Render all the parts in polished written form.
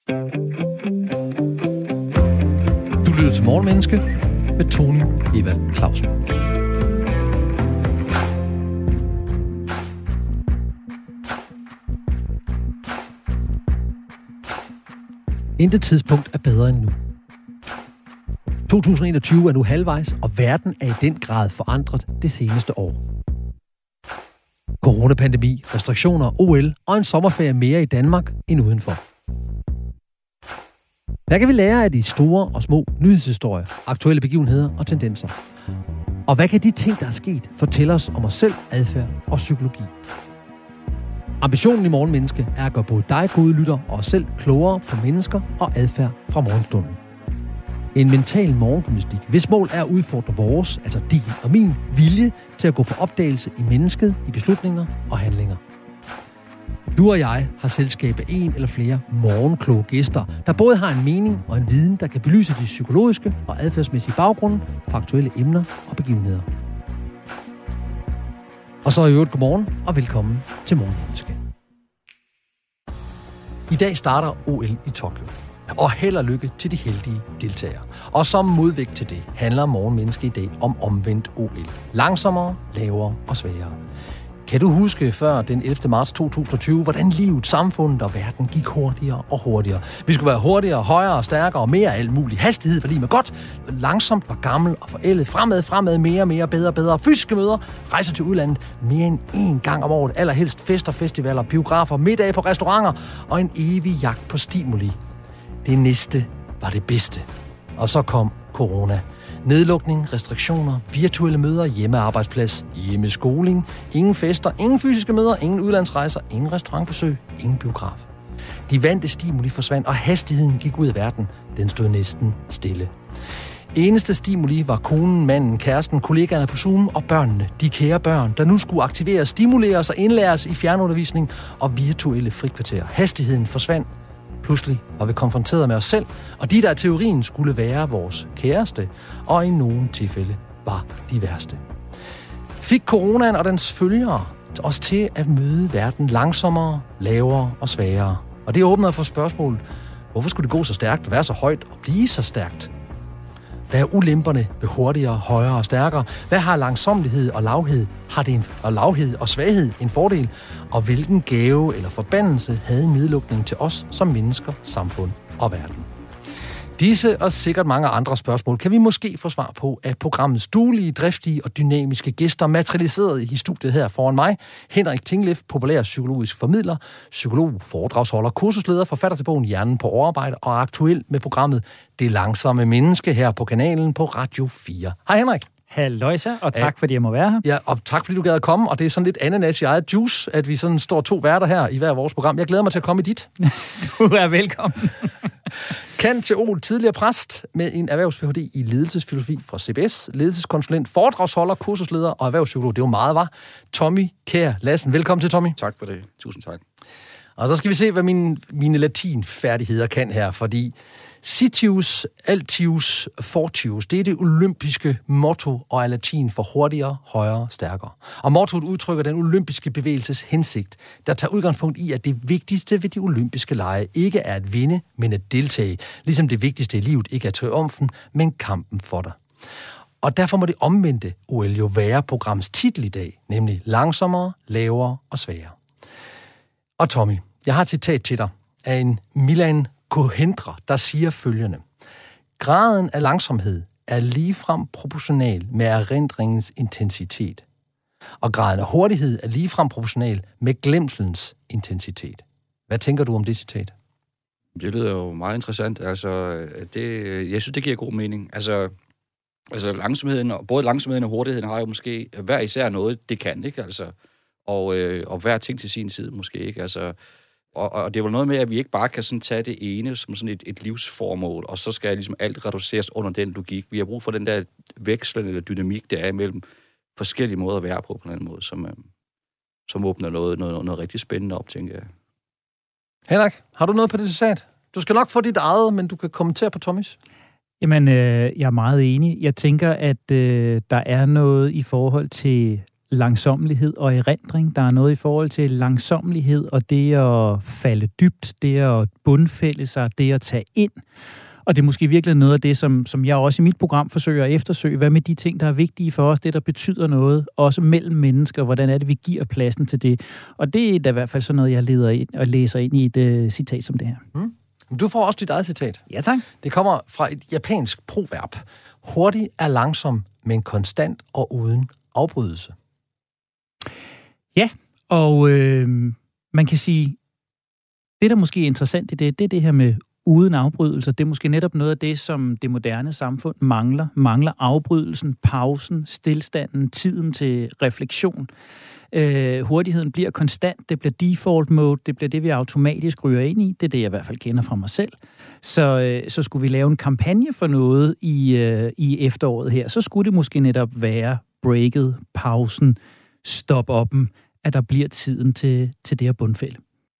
Du lytter til Morgenmenneske med Tony Evald Clausen. Intet tidspunkt er bedre end nu. 2021 er nu halvvejs, og verden er i den grad forandret det seneste år. Coronapandemi, restriktioner, OL og en sommerferie mere i Danmark end udenfor. Hvad kan vi lære af de store og små nyhedshistorier, aktuelle begivenheder og tendenser? Og hvad kan de ting, der er sket, fortælle os om os selv, adfærd og psykologi? Ambitionen i Morgenmenneske er at gøre både dig, gode lytter, og os selv klogere på mennesker og adfærd fra morgenstunden. En mental morgengymnastik, hvis mål er at udfordre vores, altså din og min, vilje til at gå på opdagelse i mennesket, i beslutninger og handlinger. Du og jeg har selskab af en eller flere morgenkloge gæster, der både har en mening og en viden, der kan belyse de psykologiske og adfærdsmæssige baggrunde for aktuelle emner og begivenheder. Og så i øvrigt godmorgen og velkommen til Morgenmenneske. I dag starter OL i Tokyo. Og held og lykke til de heldige deltagere. Og som modvægt til det handler Morgenmenneske i dag om omvendt OL. Langsommere, lavere og sværere. Kan du huske før den 11. marts 2020, hvordan livet, samfundet og verden gik hurtigere og hurtigere? Vi skulle være hurtigere, højere og stærkere og mere alt muligt. Hastighed var lige med godt. Langsomt var gammel og forældet. Fremad, mere, bedre. Fysiske møder, rejser til udlandet mere end én gang om året. Allerhelst fester, festivaler, biografer, middage på restauranter og en evig jagt på stimuli. Det næste var det bedste. Og så kom corona. Nedlukning, restriktioner, virtuelle møder, hjemmearbejdsplads, hjemmeskoling, ingen fester, ingen fysiske møder, ingen udlandsrejser, ingen restaurantbesøg, ingen biograf. De vante stimuli forsvandt, og hastigheden gik ud af verden. Den stod næsten stille. Eneste stimuli var konen, manden, kæresten, kollegaerne på Zoom og børnene. De kære børn, der nu skulle aktiveres, stimuleres og indlæres i fjernundervisning og virtuelle frikvarterer. Hastigheden forsvandt. Pludselig var vi konfronteret med os selv, og de, der i teorien skulle være vores kæreste, og i nogle tilfælde var de værste. Fik coronaen og dens følgere os til at møde verden langsommere, lavere og sværere. Og det åbner for spørgsmålet, hvorfor skulle det gå så stærkt, være så højt og blive så stærkt? Hvad er ulemperne ved hurtigere, højere og stærkere? Hvad har langsommelighed og lavhed? Har det lavhed og svaghed en fordel? Og hvilken gave eller forbandelse havde nedlukningen til os som mennesker, samfund og verden? Disse og sikkert mange andre spørgsmål kan vi måske få svar på af programmets duelige, driftige og dynamiske gæster, materialiseret i studiet her foran mig. Henrik Tingleff, populær psykologisk formidler, psykolog, foredragsholder, kursusleder, forfatter til bogen Hjernen på overarbejde og aktuel med programmet Det Langsomme Menneske her på kanalen på Radio 4. Hej Henrik. Halløjsa, og tak fordi jeg må være her. Ja, og tak fordi du gad at komme, og det er sådan lidt ananas i eget juice, at vi sådan står to værter her i hver vores program. Jeg glæder mig til at komme i dit. Du er velkommen. Cand.theol, tidligere præst med en erhvervs-Ph.D. i ledelsesfilosofi fra CBS, ledelseskonsulent, foredragsholder, kursusleder og erhvervspsykolog. Det var meget, var. Tommy Kjær Lassen. Velkommen til, Tommy. Tak for det. Tusind tak. Og så skal vi se, hvad mine latinfærdigheder kan her, fordi Citius, Altius, Fortius, det er det olympiske motto og er latin for hurtigere, højere, stærkere. Og mottoet udtrykker den olympiske bevægelses hensigt, der tager udgangspunkt i, at det vigtigste ved de olympiske lege ikke er at vinde, men at deltage. Ligesom det vigtigste i livet ikke er triumfen, men kampen for dig. Og derfor må det omvendte OL jo være programs titel i dag, nemlig langsommere, lavere og sværere. Og Tommy, jeg har et citat til dig af en Milan Kundera, der siger følgende: graden af langsomhed er ligefrem proportional med erindringens intensitet, og graden af hurtighed er ligefrem proportional med glemselens intensitet. Hvad tænker du om det citat? Det lyder jo meget interessant. Altså, jeg synes, det giver god mening. Altså langsomheden, både langsomheden og hurtigheden har jo måske hver især noget, det kan, ikke? Altså, og hver ting til sin tid måske, ikke? Altså, og det er vel noget med, at vi ikke bare kan sådan tage det ene som sådan et livsformål, og så skal ligesom alt reduceres under den logik. Vi har brug for den der vekslen eller dynamik, der er imellem forskellige måder at være på en anden måde, som åbner noget rigtig spændende op, tænker jeg. Henrik, har du noget på det citat? Du skal nok få dit eget, men du kan kommentere på Tommys. Jamen, jeg er meget enig. Jeg tænker, at der er noget i forhold til langsommelighed og erindring. Der er noget i forhold til langsommelighed og det at falde dybt, det at bundfælde sig, det at tage ind. Og det er måske virkelig noget af det, som jeg også i mit program forsøger at eftersøge. Hvad med de ting, der er vigtige for os, det der betyder noget, også mellem mennesker, hvordan er det, vi giver pladsen til det. Og det er da i hvert fald sådan noget, jeg leder ind og læser ind i et citat som det her. Du får også dit eget citat. Ja, tak. Det kommer fra et japansk proverb. Hurtig er langsom, men konstant og uden afbrydelse. Ja, og man kan sige, det der måske er interessant i det er det her med uden afbrydelser. Det er måske netop noget af det, som det moderne samfund mangler. Mangler afbrydelsen, pausen, stillstanden, tiden til refleksion. Hurtigheden bliver konstant, det bliver default mode, det bliver det, vi automatisk ryger ind i. Det er det, jeg i hvert fald kender fra mig selv. Så skulle vi lave en kampagne for noget i efteråret her, så skulle det måske netop være breaket, pausen, stop-up'en, at der bliver tiden til det her bundfælde.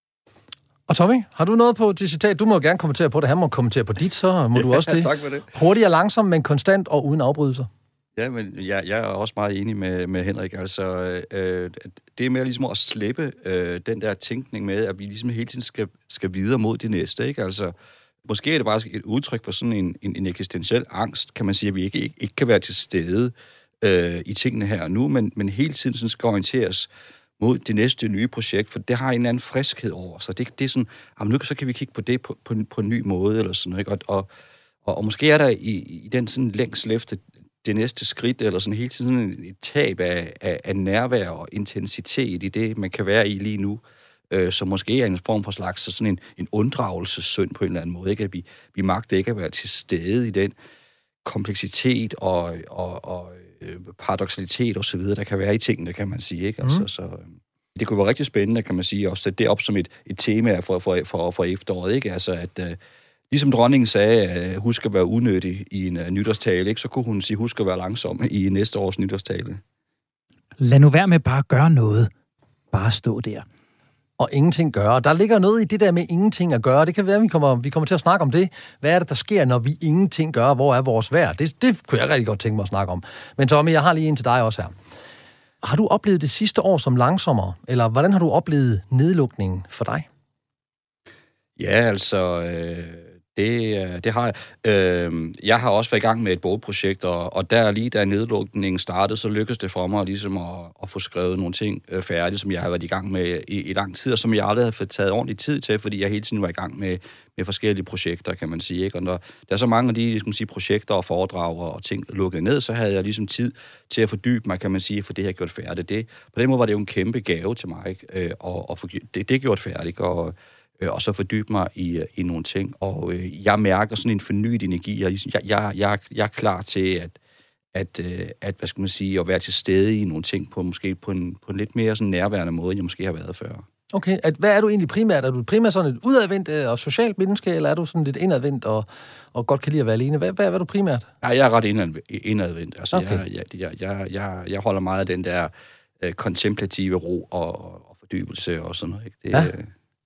Og Tommy, har du noget på det citat? Du må gerne kommentere på det. Han må kommentere på dit, så må du også det. Tak for det. Hurtig er langsom, men konstant og uden afbrydelser. Ja, men jeg er også meget enig med Henrik. Altså, det er mere ligesom at slippe den der tænkning med, at vi ligesom hele tiden skal videre mod det næste, ikke? Altså, måske er det bare et udtryk for sådan en eksistentiel angst, kan man sige, at vi ikke kan være til stede i tingene her og nu, men hele tiden sådan skal orienteres mod det næste nye projekt, for det har en eller anden friskhed over sig. Det er sådan, nu så kan vi kigge på det på en ny måde, eller sådan noget, ikke? Og måske er der i den sådan længsel efter det næste skridt, eller sådan hele tiden et tab af nærvær og intensitet i det, man kan være i lige nu, som måske er en form for slags sådan en unddragelsessynd på en eller anden måde, ikke? At vi magter ikke at være til stede i den kompleksitet og paradoksalitet og så videre, der kan være i tingene, kan man sige, ikke? Altså, så det kunne være rigtig spændende, kan man sige, at sætte det op som et tema for efteråret, ikke? Altså, at ligesom dronningen sagde, husk at være unødig i en nytårstale, ikke? Så kunne hun sige, husk at være langsom i næste års nytårstale. Lad nu være med bare at gøre noget. Bare stå der. Og ingenting gøre. Der ligger noget i det der med ingenting at gøre. Det kan være, at vi kommer til at snakke om det. Hvad er det, der sker, når vi ingenting gør? Hvor er vores værd? Det kunne jeg rigtig godt tænke mig at snakke om. Men Tommy, jeg har lige en til dig også her. Har du oplevet det sidste år som langsommere? Eller hvordan har du oplevet nedlukningen for dig? Ja, altså, det har jeg. Jeg har også været i gang med et bogprojekt, og da nedlukningen startede, så lykkedes det for mig ligesom at få skrevet nogle ting færdigt, som jeg har været i gang med i lang tid, og som jeg aldrig havde fået taget ordentlig tid til, fordi jeg hele tiden var i gang med forskellige projekter, kan man sige, ikke? Og når der er så mange af de projekter og foredrag og ting lukket ned, så havde jeg ligesom tid til at fordybe mig, kan man sige, for det her gjort færdigt. På den måde var det jo en kæmpe gave til mig, ikke? Og få det gjort færdigt, og så fordybe mig i nogle ting. Og jeg mærker sådan en fornyet energi. Jeg er klar til at hvad skal man sige, at være til stede i nogle ting måske på en lidt mere sådan nærværende måde, end jeg måske har været før. Okay, hvad er du egentlig primært? Er du primært sådan et udadvendt og socialt menneske, eller er du sådan lidt indadvendt og godt kan lide at være alene? Hvad er du primært? Ja, jeg er ret indadvendt. Altså, okay. Jeg holder meget af den der kontemplative ro og fordybelse og sådan noget, ikke? Det, ja.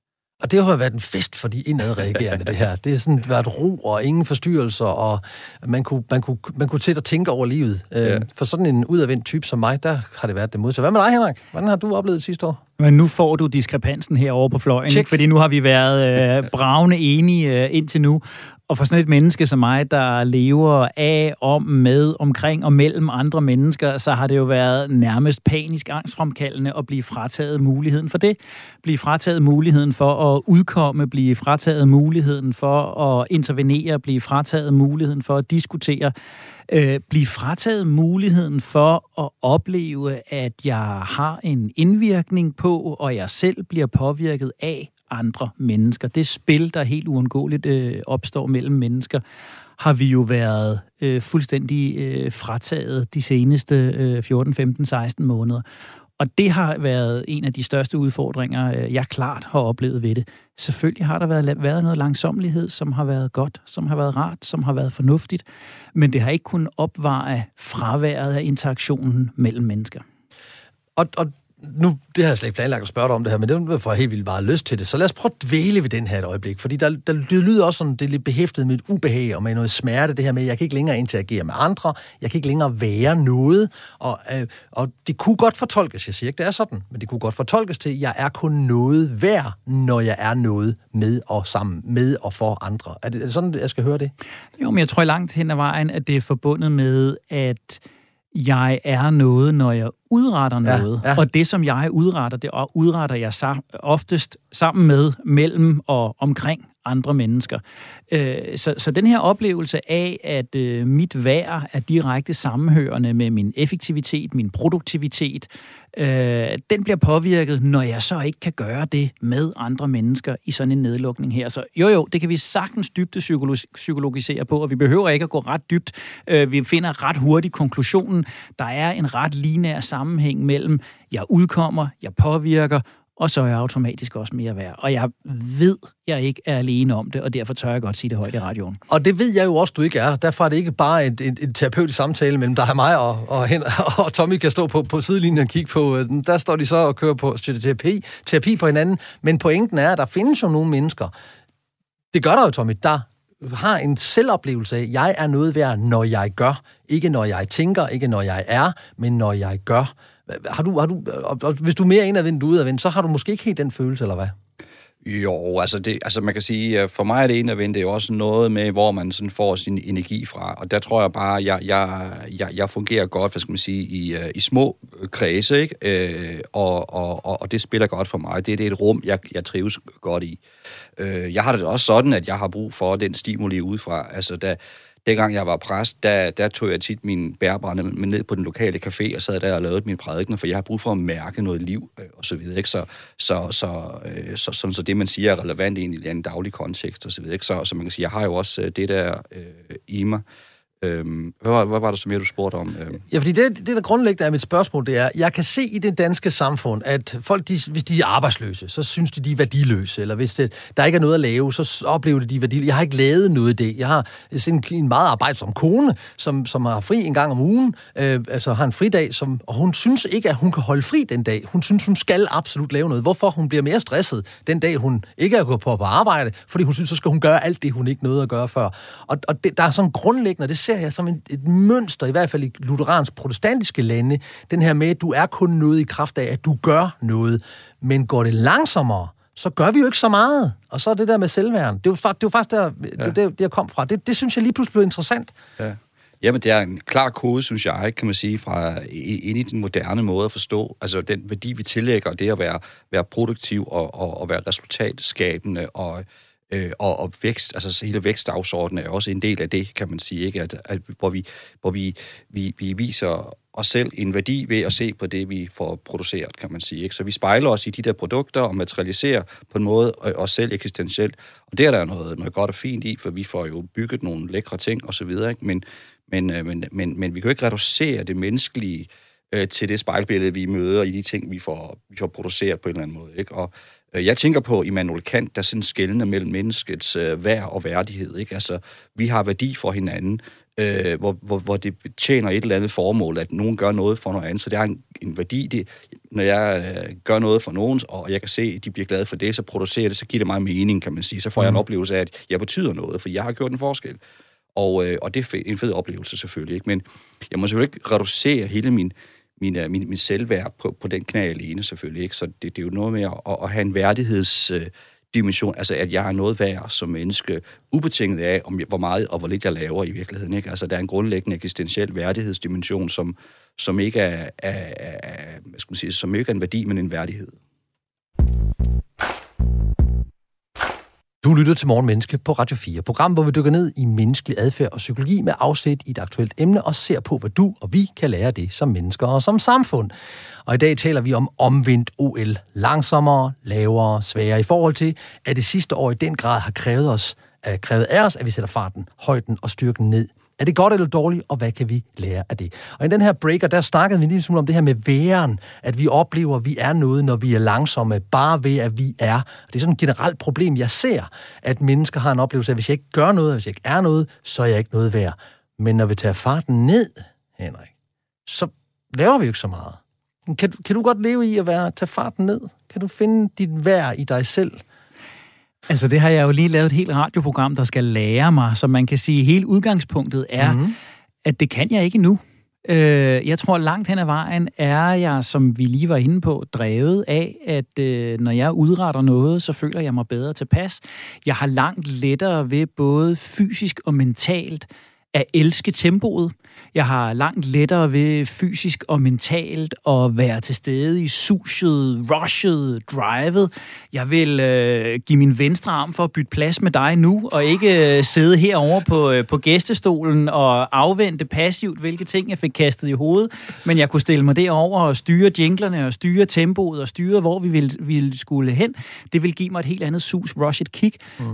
Og det har været en fest for de indadreagerende, det her. Det har sådan været ro og ingen forstyrrelser, og man kunne sætte og tænke over livet. Ja. For sådan en udadvendt type som mig, der har det været det modsatte. Hvad med dig, Henrik? Hvordan har du oplevet det sidste år? Men nu får du diskrepansen herovre på fløjen, ikke? Fordi nu har vi været bravende enige indtil nu. Og for sådan et menneske som mig, der lever af, om, med, omkring og mellem andre mennesker, så har det jo været nærmest panisk angstfremkaldende at blive frataget muligheden for det. Blive frataget muligheden for at udkomme, blive frataget muligheden for at intervenere, blive frataget muligheden for at diskutere, blive frataget muligheden for at opleve, at jeg har en indvirkning på, og jeg selv bliver påvirket af andre mennesker. Det spil, der helt uundgåeligt opstår mellem mennesker, har vi jo været fuldstændig frataget de seneste 14, 15, 16 måneder. Og det har været en af de største udfordringer, jeg klart har oplevet ved det. Selvfølgelig har der været noget langsommelighed, som har været godt, som har været rart, som har været fornuftigt, men det har ikke kunnet opveje fraværet af interaktionen mellem mennesker. Og nu, det har jeg slet ikke planlagt at spørge dig om det her, men det får helt vildt bare lyst til det. Så lad os prøve at dvæle ved den her et øjeblik, fordi det lyder også sådan, det er lidt behæftet med et ubehag og med noget smerte, det her med, jeg kan ikke længere interagere med andre, jeg kan ikke længere være noget, og det kunne godt fortolkes, jeg siger ikke, det er sådan, men det kunne godt fortolkes til, at jeg er kun noget værd, når jeg er noget med og sammen med og for andre. Er det sådan, jeg skal høre det? Jo, men jeg tror langt hen ad vejen, at det er forbundet med, at jeg er noget, når jeg udretter noget. Ja. Og det, som jeg udretter, det udretter jeg oftest sammen med, mellem og omkring andre mennesker. Så den her oplevelse af, at mit værd er direkte sammenhørende med min effektivitet, min produktivitet, den bliver påvirket, når jeg så ikke kan gøre det med andre mennesker i sådan en nedlukning her. Så jo, det kan vi sagtens psykologisere på, og vi behøver ikke at gå ret dybt. Vi finder ret hurtigt konklusionen. Der er en ret lineær sammenhæng mellem, jeg udkommer, jeg påvirker, og så er jeg automatisk også mere værd. Og jeg ved, jeg ikke er alene om det, og derfor tør jeg godt sige det højt i radioen. Og det ved jeg jo også, du ikke er. Derfor er det ikke bare en terapeutisk samtale mellem dig og mig, og Tommy kan stå på sidelinjen og kigge på. Der står de så og kører på terapi på hinanden. Men pointen er, at der findes jo nogle mennesker, det gør der jo, Tommy, der har en selvoplevelse af, jeg er noget værd, når jeg gør. Ikke når jeg tænker, ikke når jeg er, men når jeg gør. Har du, hvis du er mere indadvendt end udadvendt, så har du måske ikke helt den følelse, eller hvad? Jo, altså man kan sige, for mig er det indadvendt, det er jo også noget med, hvor man sådan får sin energi fra, og der tror jeg bare, jeg fungerer godt, hvad skal man sige, i små kredse, ikke? Og det spiller godt for mig. Det er et rum, jeg trives godt i. Jeg har det også sådan, at jeg har brug for den stimuli udefra. Altså dengang jeg var præst, der tog jeg tit mine bærbrænder med ned på den lokale café, og sad der og lavede mine prædikener, for jeg har brug for at mærke noget liv, og så videre, ikke? Så det, man siger, er relevant i en daglig kontekst, og så videre, ikke? Så man kan sige, jeg har jo også det der i mig. Hvad var det så mere, du spurgte om? Ja, fordi det der grundlæggende er mit spørgsmål, det er, jeg kan se i det danske samfund, at folk, hvis de er arbejdsløse, så synes de er værdiløse, eller hvis der ikke er noget at lave, så oplever de værdiløse. Jeg har ikke lavet noget af det. Jeg har en meget arbejdsom kone, som har fri en gang om ugen, altså har en fridag, og hun synes ikke, at hun kan holde fri den dag. Hun synes, hun skal absolut lave noget. Hvorfor? Hun bliver mere stresset den dag, hun ikke er gået på arbejde, fordi hun synes, så skal hun gøre alt det, hun ikke nåede at gøre før. Og der er sådan grundlæggende, det ser jeg som et mønster, i hvert fald i lutheransk protestantiske lande, den her med, at du er kun noget i kraft af, at du gør noget, men går det langsommere, så gør vi jo ikke så meget. Og så er det der med selvværden. Det er jo faktisk det jeg kom fra. Det synes jeg lige pludselig blev interessant. Ja. Jamen, det er en klar kode, synes jeg, kan man sige, fra ind i den moderne måde at forstå, altså den værdi, vi tillægger, det at være produktiv og være resultatskabende og vækst, altså hele vækstdagsordenen er også en del af det, kan man sige, ikke? Hvor vi viser os selv en værdi ved at se på det, vi får produceret, kan man sige, ikke? Så vi spejler os i de der produkter og materialiserer på en måde os selv eksistentielt. Og det er der noget godt og fint i, for vi får jo bygget nogle lækre ting og så videre, ikke? Men vi kan jo ikke reducere det menneskelige til det spejlbillede, vi møder i de ting, vi får produceret på en eller anden måde, ikke? Og jeg tænker på Immanuel Kant, der sådan skelner mellem menneskets værd og værdighed, ikke? Altså, vi har værdi for hinanden, hvor det tjener et eller andet formål, at nogen gør noget for noget andet. Så det er en værdi. Når jeg gør noget for nogen, og jeg kan se, at de bliver glade for det, så producerer det, så giver det mig mening, kan man sige. Så får jeg en oplevelse af, at jeg betyder noget, for jeg har gjort en forskel. Og det er en fed oplevelse selvfølgelig, ikke? Men jeg må selvfølgelig ikke reducere hele min selvværd på den knæ alene, selvfølgelig, ikke? Så det er jo noget med at have en værdighedsdimension, altså at jeg er noget værd som menneske, ubetinget af, hvor meget og hvor lidt jeg laver i virkeligheden, ikke? Altså der er en grundlæggende eksistentiel værdighedsdimension, som ikke er hvad skal man sige, som ikke er en værdi, men en værdighed. Du lytter til Morgenmenneske på Radio 4, program, hvor vi dykker ned i menneskelig adfærd og psykologi med afsæt i et aktuelt emne og ser på, hvad du og vi kan lære af det som mennesker og som samfund. Og i dag taler vi om omvendt OL. Langsommere, lavere, sværere i forhold til, at det sidste år i den grad har krævet af os, at vi sætter farten, højden og styrken ned. Er det godt eller dårligt, og hvad kan vi lære af det? Og i den her breaker, der snakkede vi lige smule om det her med væren, at vi oplever, at vi er noget, når vi er langsomme, bare ved, at vi er. Og det er sådan et generelt problem, jeg ser, at mennesker har en oplevelse af, at hvis jeg ikke gør noget, hvis jeg ikke er noget, så er jeg ikke noget værd. Men når vi tager farten ned, Henrik, så laver vi jo ikke så meget. Kan du godt leve i at tage farten ned? Kan du finde dit værd i dig selv? Altså, det har jeg jo lige lavet et helt radioprogram, der skal lære mig, så man kan sige, at hele udgangspunktet er, at det kan jeg ikke nu. Jeg tror, langt hen ad vejen er jeg, som vi lige var inde på, drevet af, at når jeg udretter noget, så føler jeg mig bedre tilpas. Jeg har langt lettere ved både fysisk og mentalt at elske tempoet. Jeg har langt lettere ved fysisk og mentalt at være til stede i suset, rushet, drivet. Jeg vil give min venstre arm for at bytte plads med dig nu, og ikke sidde herovre på gæstestolen og afvente passivt, hvilke ting jeg fik kastet i hovedet. Men jeg kunne stille mig derover og styre jinglerne og styre tempoet og styre, hvor vi ville skulle hen. Det vil give mig et helt andet rushet kick,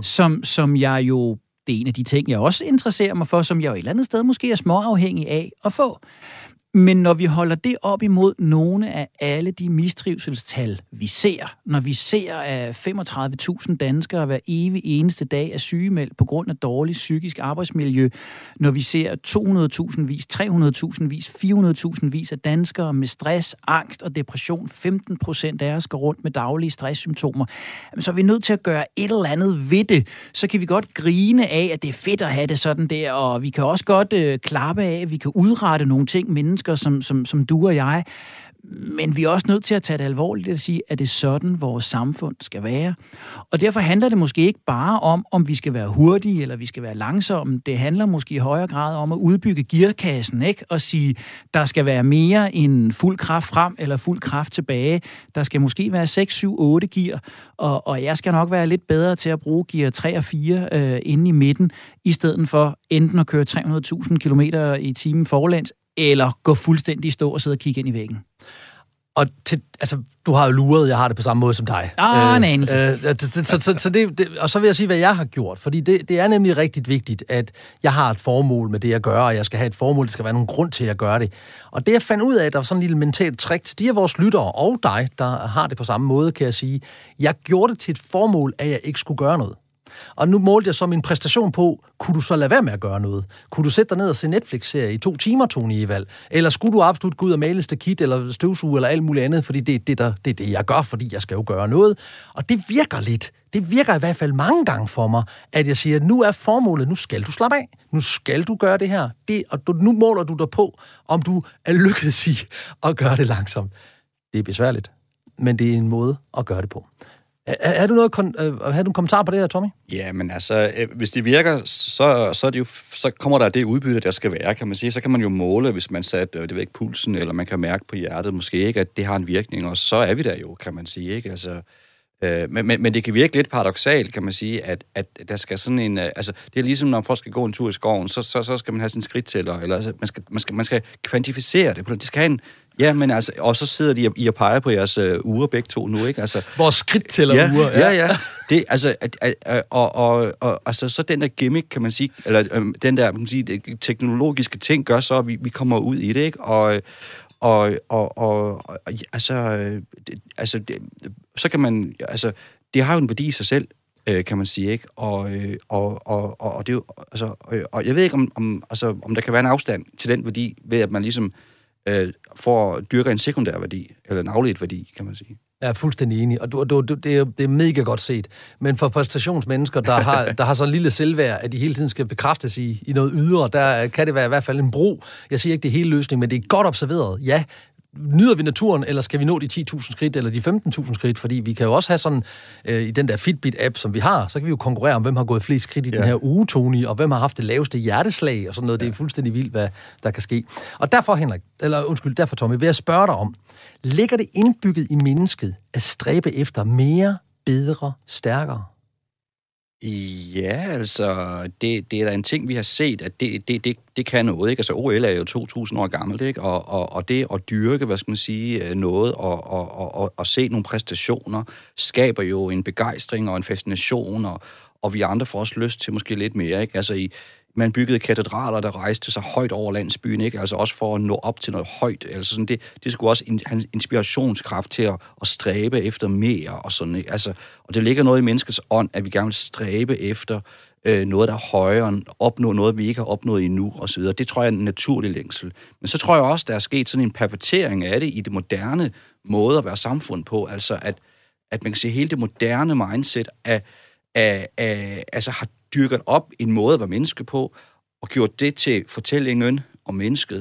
som jeg jo... Det er en af de ting, jeg også interesserer mig for, som jeg jo et eller andet sted måske er småafhængig af at få. Men når vi holder det op imod nogle af alle de mistrivselstal, vi ser, når vi ser, at 35.000 danskere hver evig eneste dag er sygemeldt på grund af dårligt psykisk arbejdsmiljø, når vi ser 200.000 vis, 300.000 vis, 400.000 vis af danskere med stress, angst og depression, 15% af os går rundt med daglige stresssymptomer, så er vi nødt til at gøre et eller andet ved det. Så kan vi godt grine af, at det er fedt at have det sådan der, og vi kan også godt klappe af, at vi kan udrette nogle ting, mennesker, som du og jeg. Men vi er også nødt til at tage det alvorligt og sige, at det er sådan, vores samfund skal være. Og derfor handler det måske ikke bare om vi skal være hurtige, eller vi skal være langsomme. Det handler måske i højere grad om at udbygge gearkassen, ikke? Og sige, der skal være mere end fuld kraft frem, eller fuld kraft tilbage. Der skal måske være 6, 7, 8 gear, og jeg skal nok være lidt bedre til at bruge gear 3 og 4 inde i midten, i stedet for enten at køre 300.000 km i timen forlæns, eller gå fuldstændig stå og sidde og kigge ind i væggen. Og du har jo luret, jeg har det på samme måde som dig. En anelse. Og så vil jeg sige, hvad jeg har gjort. Fordi det er nemlig rigtig vigtigt, at jeg har et formål med det, jeg gør, og jeg skal have et formål, der skal være nogen grund til, at jeg gør det. Og det, jeg fandt ud af, at der var sådan en lille mentalt trick til de af vores lyttere, og dig, der har det på samme måde, kan jeg sige. Jeg gjorde det til et formål, at jeg ikke skulle gøre noget. Og nu målte jeg så min præstation på, kunne du så lade være med at gøre noget? Kunne du sætte dig ned og se Netflix-serie i 2 timer, Tony Evald? Eller skulle du absolut gå ud og male stakit, eller støvsuge, eller alt muligt andet? Fordi det er det, jeg gør, fordi jeg skal jo gøre noget. Og det virker lidt. Det virker i hvert fald mange gange for mig, at jeg siger, at nu er formålet, nu skal du slappe af. Nu skal du gøre det her. Og nu måler du dig på, om du er lykkedes i at gøre det langsomt. Det er besværligt, men det er en måde at gøre det på. Har du en kommentar på det her, Tommy? Ja, men altså, hvis det virker, så kommer der det udbytte, der skal være, kan man sige. Så kan man jo måle, hvis man satte pulsen, eller man kan mærke på hjertet måske ikke, at det har en virkning, og så er vi der jo, kan man sige, ikke? Altså, men det kan virke lidt paradoksalt, kan man sige, at der skal sådan en... altså, det er ligesom, når folk skal gå en tur i skoven, så skal man have sådan en skridttæller, eller altså, man skal kvantificere det. Det skal have en... Ja, men altså, og så sidder de og peger på jeres uger begge to nu, ikke? Altså, vores skridttæller uger. Ja. Det, altså, altså, så den der gimmick, kan man sige, eller den der, kan man sige, teknologiske ting gør så, at vi kommer ud i det, ikke? Så kan man, altså, det har jo en værdi i sig selv, kan man sige, ikke? Og det er jo, altså, og jeg ved ikke, om der kan være en afstand til den værdi, ved at man ligesom for at dyrke en sekundær værdi, eller en afledt værdi, kan man sige. Jeg er fuldstændig enig, og det er mega godt set. Men for præstationsmennesker, der har så en lille selvværd, at de hele tiden skal bekræftes i noget ydre, der kan det være i hvert fald en bro. Jeg siger ikke, det er hele løsningen, men det er godt observeret. Ja, nyder vi naturen, eller skal vi nå de 10.000 skridt, eller de 15.000 skridt? Fordi vi kan jo også have sådan, i den der Fitbit-app, som vi har, så kan vi jo konkurrere om, hvem har gået flest skridt i den her uge, Tony, og hvem har haft det laveste hjerteslag, og sådan noget. Det er fuldstændig vildt, hvad der kan ske. Og derfor, Tommy, vil jeg spørge dig om, ligger det indbygget i mennesket at stræbe efter mere, bedre, stærkere? Ja, altså, det er da en ting, vi har set, at det kan noget, ikke? Altså, OL er jo 2.000 år gammelt, ikke? Og det at dyrke, hvad skal man sige, noget, og se nogle præstationer, skaber jo en begejstring og en fascination, og vi andre får også lyst til måske lidt mere, ikke? Altså man byggede katedraler, der rejste sig højt over landsbyen, ikke? Altså også for at nå op til noget højt. Altså sådan det skulle også have inspirationskraft til at stræbe efter mere og sådan, ikke? Altså, og det ligger noget i menneskets ånd, at vi gerne vil stræbe efter noget, der er højere, opnå noget, vi ikke har opnået endnu, og så videre. Det tror jeg er en naturlig længsel. Men så tror jeg også, der er sket sådan en pervertering af det i det moderne måde at være samfund på. Altså, at man kan sige, hele det moderne mindset altså har dyrket op en måde at være menneske på, og gjort det til fortællingen om mennesket.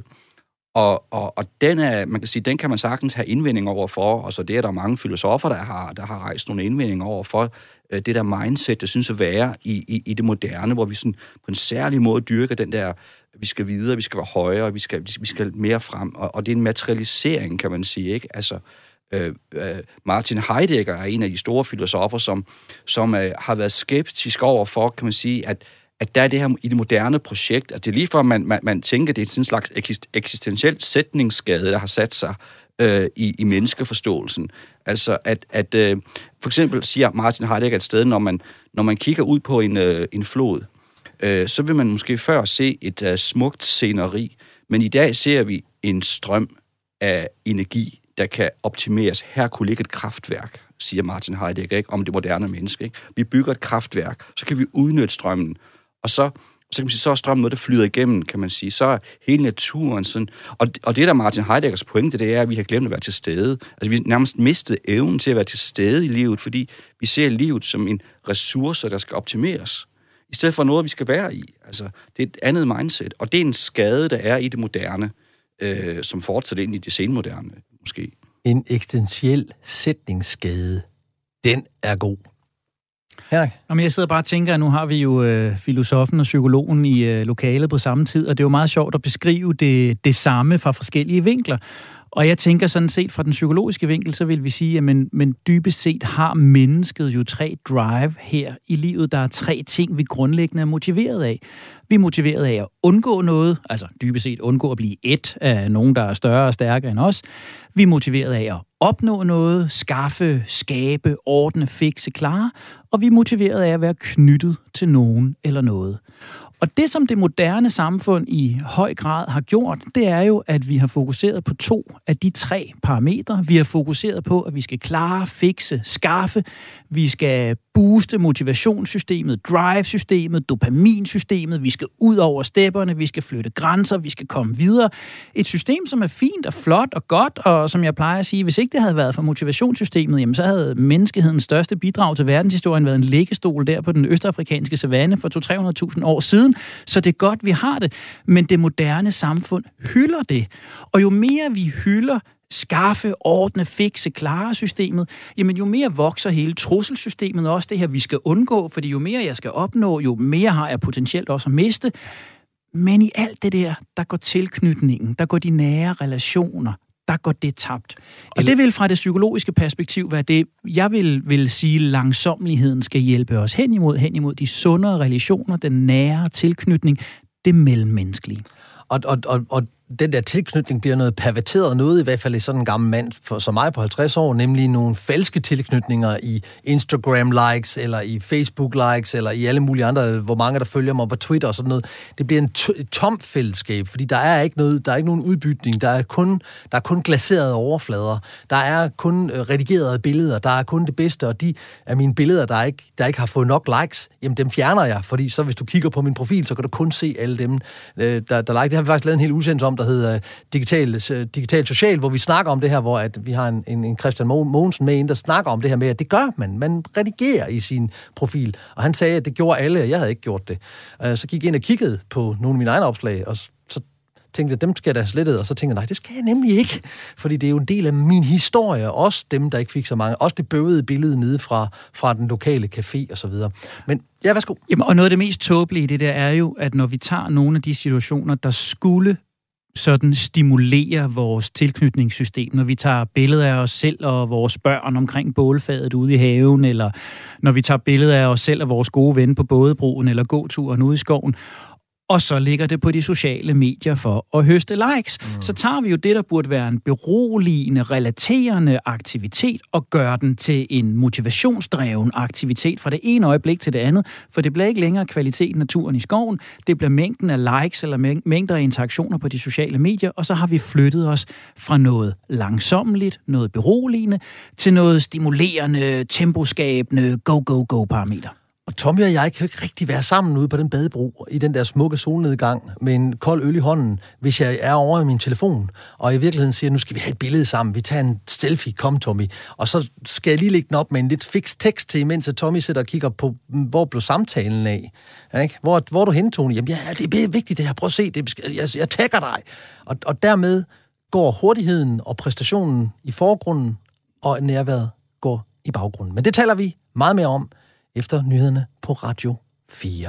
Og den man kan sige, den kan man sagtens have indvendinger overfor, og så det er der mange filosofer, der har rejst nogle indvendinger overfor, det der mindset, det synes at være i det moderne, hvor vi sådan på en særlig måde dyrker den der, vi skal videre, vi skal være højere, vi skal mere frem, og det er en materialisering, kan man sige, ikke? Altså, Martin Heidegger er en af de store filosofer, som har været skeptisk overfor, kan man sige, at der er det her i det moderne projekt, at det er lige for, man tænker, det er sådan en slags eksistentiel sætningsskade, der har sat sig i menneskeforståelsen. Altså, at for eksempel siger Martin Heidegger et sted, når man kigger ud på en flod, så vil man måske før se et smukt sceneri, men i dag ser vi en strøm af energi, der kan optimeres. Her kunne ligge et kraftværk, siger Martin Heidegger, ikke, om det moderne menneske. Ikke? Vi bygger et kraftværk, så kan vi udnytte strømmen, og så kan man sige, så er strømmen noget, der flyder igennem, kan man sige. Så er hele naturen sådan. Og det der Martin Heideggers pointe, det er, at vi har glemt at være til stede. Altså vi nærmest mistet evnen til at være til stede i livet, fordi vi ser livet som en ressource, der skal optimeres, i stedet for noget, vi skal være i. Altså, det er et andet mindset, og det er en skade, der er i det moderne, som fortsætter ind i det senmoderne, måske. En eksistentiel sætningsskade, den er god. Henrik? Jamen, jeg sidder bare og tænker, at nu har vi jo filosofen og psykologen i lokalet på samme tid, og det er jo meget sjovt at beskrive det samme fra forskellige vinkler. Og jeg tænker sådan set, fra den psykologiske vinkel, så vil vi sige, at men dybest set har mennesket jo 3 drive her i livet. Der er 3 ting, vi grundlæggende er motiveret af. Vi er motiveret af at undgå noget, altså dybest set undgå at blive et af nogen, der er større og stærkere end os. Vi er motiveret af at opnå noget, skaffe, skabe, ordne, fikse, klare. Og vi er motiveret af at være knyttet til nogen eller noget. Og det, som det moderne samfund i høj grad har gjort, det er jo, at vi har fokuseret på 2 af de 3 parametre. Vi har fokuseret på, at vi skal klare, fikse, skaffe. Vi skal booste motivationssystemet, drive-systemet, dopaminsystemet. Vi skal ud over stepperne, vi skal flytte grænser, vi skal komme videre. Et system, som er fint og flot og godt, og som jeg plejer at sige, hvis ikke det havde været for motivationssystemet, jamen så havde menneskehedens største bidrag til verdenshistorien været en liggestol der på den østafrikanske savanne for 200-300.000 år siden. Så det er godt, vi har det, men det moderne samfund hylder det. Og jo mere vi hylder skaffe, ordne, fikse, klare systemet, jamen jo mere vokser hele trusselsystemet også, det her vi skal undgå, fordi jo mere jeg skal opnå, jo mere har jeg potentielt også at miste. Men i alt det der går tilknytningen, der går de nære relationer, der går det tabt. Og det vil fra det psykologiske perspektiv være det, jeg vil sige, langsommeligheden skal hjælpe os hen imod de sundere relationer, den nære tilknytning, det mellemmenneskelige. Og den der tilknytning bliver noget perverteret noget, i hvert fald i sådan en gammel mand som mig på 50 år, nemlig nogle falske tilknytninger i Instagram-likes, eller i Facebook-likes, eller i alle mulige andre, hvor mange der følger mig på Twitter og sådan noget. Det bliver et tomt fællesskab, fordi der er ikke nogen udbytning, der er kun glaserede overflader, der er kun redigerede billeder, der er kun det bedste, og de af mine billeder, der ikke har fået nok likes, jamen dem fjerner jeg, fordi så hvis du kigger på min profil, så kan du kun se alle dem, der like. Det har vi faktisk lavet en hel udsendelse om, der hedder Digital Social, hvor vi snakker om det her, hvor at vi har en Christian Mogensen med, der snakker om det her med, at det gør man. Man redigerer i sin profil. Og han sagde, at det gjorde alle, og jeg havde ikke gjort det. Så gik jeg ind og kiggede på nogle af mine egne opslag, og så tænkte jeg, dem skal jeg da slettet, og så tænkte jeg, nej, det skal jeg nemlig ikke, fordi det er jo en del af min historie, også dem, der ikke fik så mange, også det bøvede billede nede fra den lokale café og så videre. Men ja, værsgo. Jamen, og noget af det mest tåbelige i det der er jo, at når vi tager nogle af de situationer, der skulle sådan stimulere vores tilknytningssystem, når vi tager billeder af os selv og vores børn omkring bålfadet ude i haven, eller når vi tager billeder af os selv og vores gode ven på bådebroen eller gåturen ude i skoven, og så ligger det på de sociale medier for at høste likes. Så tager vi jo det, der burde være en beroligende, relaterende aktivitet, og gør den til en motivationsdreven aktivitet fra det ene øjeblik til det andet, for det bliver ikke længere kvaliteten af turen i skoven, det bliver mængden af likes eller mængder af interaktioner på de sociale medier, og så har vi flyttet os fra noget langsommeligt, noget beroligende, til noget stimulerende, temposkabende, go-go-go-parameter. Og Tommy og jeg kan jo ikke rigtig være sammen ude på den badebro i den der smukke solnedgang med en kold øl i hånden, hvis jeg er over i min telefon, og i virkeligheden siger, nu skal vi have et billede sammen, vi tager en selfie, kom Tommy, og så skal jeg lige lægge den op med en lidt fiks tekst til, mens Tommy sidder og kigger på, hvor blev samtalen af, ikke? Hvor er du henne, Tony? Jamen ja, det er vigtigt det her, prøv at se, jeg tagger dig. Og dermed går hurtigheden og præstationen i forgrunden, og nærværet går i baggrunden. Men det taler vi meget mere om efter nyhederne på Radio 4.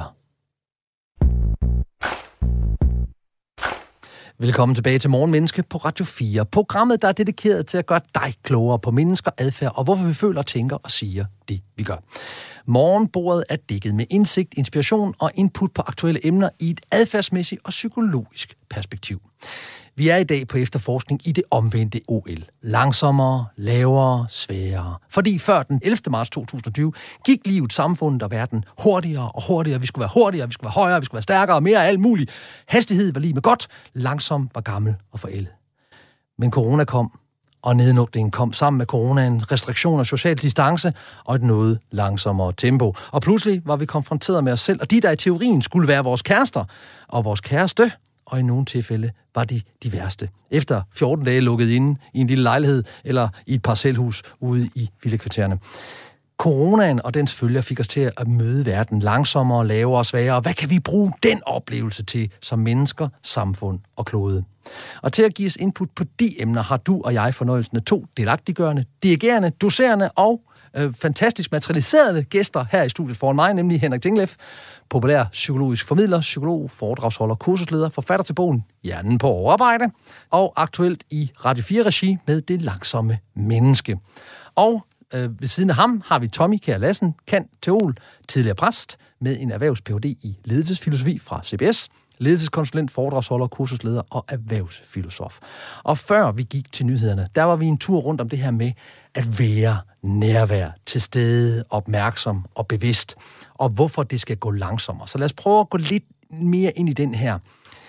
Velkommen tilbage til Morgenmenneske på Radio 4. Programmet, der er dedikeret til at gøre dig klogere på mennesker, adfærd og hvorfor vi føler, tænker og siger det, vi gør. Morgenbordet er dækket med indsigt, inspiration og input på aktuelle emner i et adfærdsmæssigt og psykologisk perspektiv. Vi er i dag på efterforskning i det omvendte OL. Langsommere, lavere, sværere. Fordi før den 11. marts 2020 gik livet, samfundet og verden hurtigere og hurtigere. Vi skulle være hurtigere, vi skulle være højere, vi skulle være stærkere, mere af alt muligt. Hastighed var lige med godt, langsom var gammel og forældet. Men corona kom, og nedlukningen kom sammen med coronaen, restriktioner, social distance og et noget langsommere tempo. Og pludselig var vi konfronteret med os selv, og de, der i teorien skulle være vores kærester og vores kæreste, og i nogle tilfælde var de værste. Efter 14 dage lukket inde i en lille lejlighed eller i et parcelhus ude i villekvartererne. Coronaen og dens følger fik os til at møde verden langsommere, lavere og sværere. Hvad kan vi bruge den oplevelse til som mennesker, samfund og klode? Og til at give os input på de emner har du og jeg fornøjelsen af 2 delagtiggørende, dirigerende, doserende og fantastisk materialiserede gæster her i studiet foran mig, nemlig Henrik Tingleff, populær psykologisk formidler, psykolog, foredragsholder, kursusleder, forfatter til bogen Hjernen på overarbejde, og aktuelt i Radio 4-regi med Det langsomme menneske. Og ved siden af ham har vi Tommy Kjær Lassen, cand.theol, tidligere præst, med en erhvervs-Ph.D. i ledelsesfilosofi fra CBS, ledelseskonsulent, foredragsholder, kursusleder og erhvervsfilosof. Og før vi gik til nyhederne, der var vi en tur rundt om det her med at være nærvær, til stede, opmærksom og bevidst, og hvorfor det skal gå langsommere. Så lad os prøve at gå lidt mere ind i den her.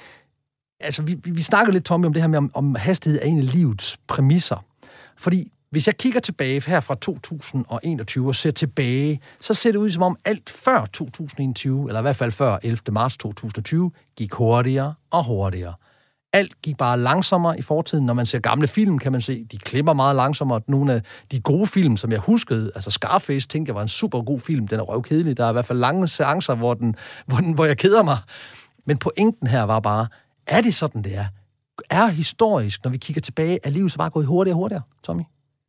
Altså, vi snakker lidt, Tommy, om det her med, om hastighed er en af livets præmisser. Fordi hvis jeg kigger tilbage her fra 2021 og ser tilbage, så ser det ud som om alt før 2021, eller i hvert fald før 11. marts 2020, gik hurtigere og hurtigere. Alt gik bare langsommere i fortiden. Når man ser gamle film, kan man se, de klipper meget langsommere. Nogle af de gode film, som jeg huskede, altså Scarface, tænkte jeg var en super god film. Den er røvkedelig. Der er i hvert fald lange seancer, hvor jeg keder mig. Men pointen her var bare, er det sådan, det er? Er historisk, når vi kigger tilbage, er livet så bare gået hurtigere og hurtigere, Tommy?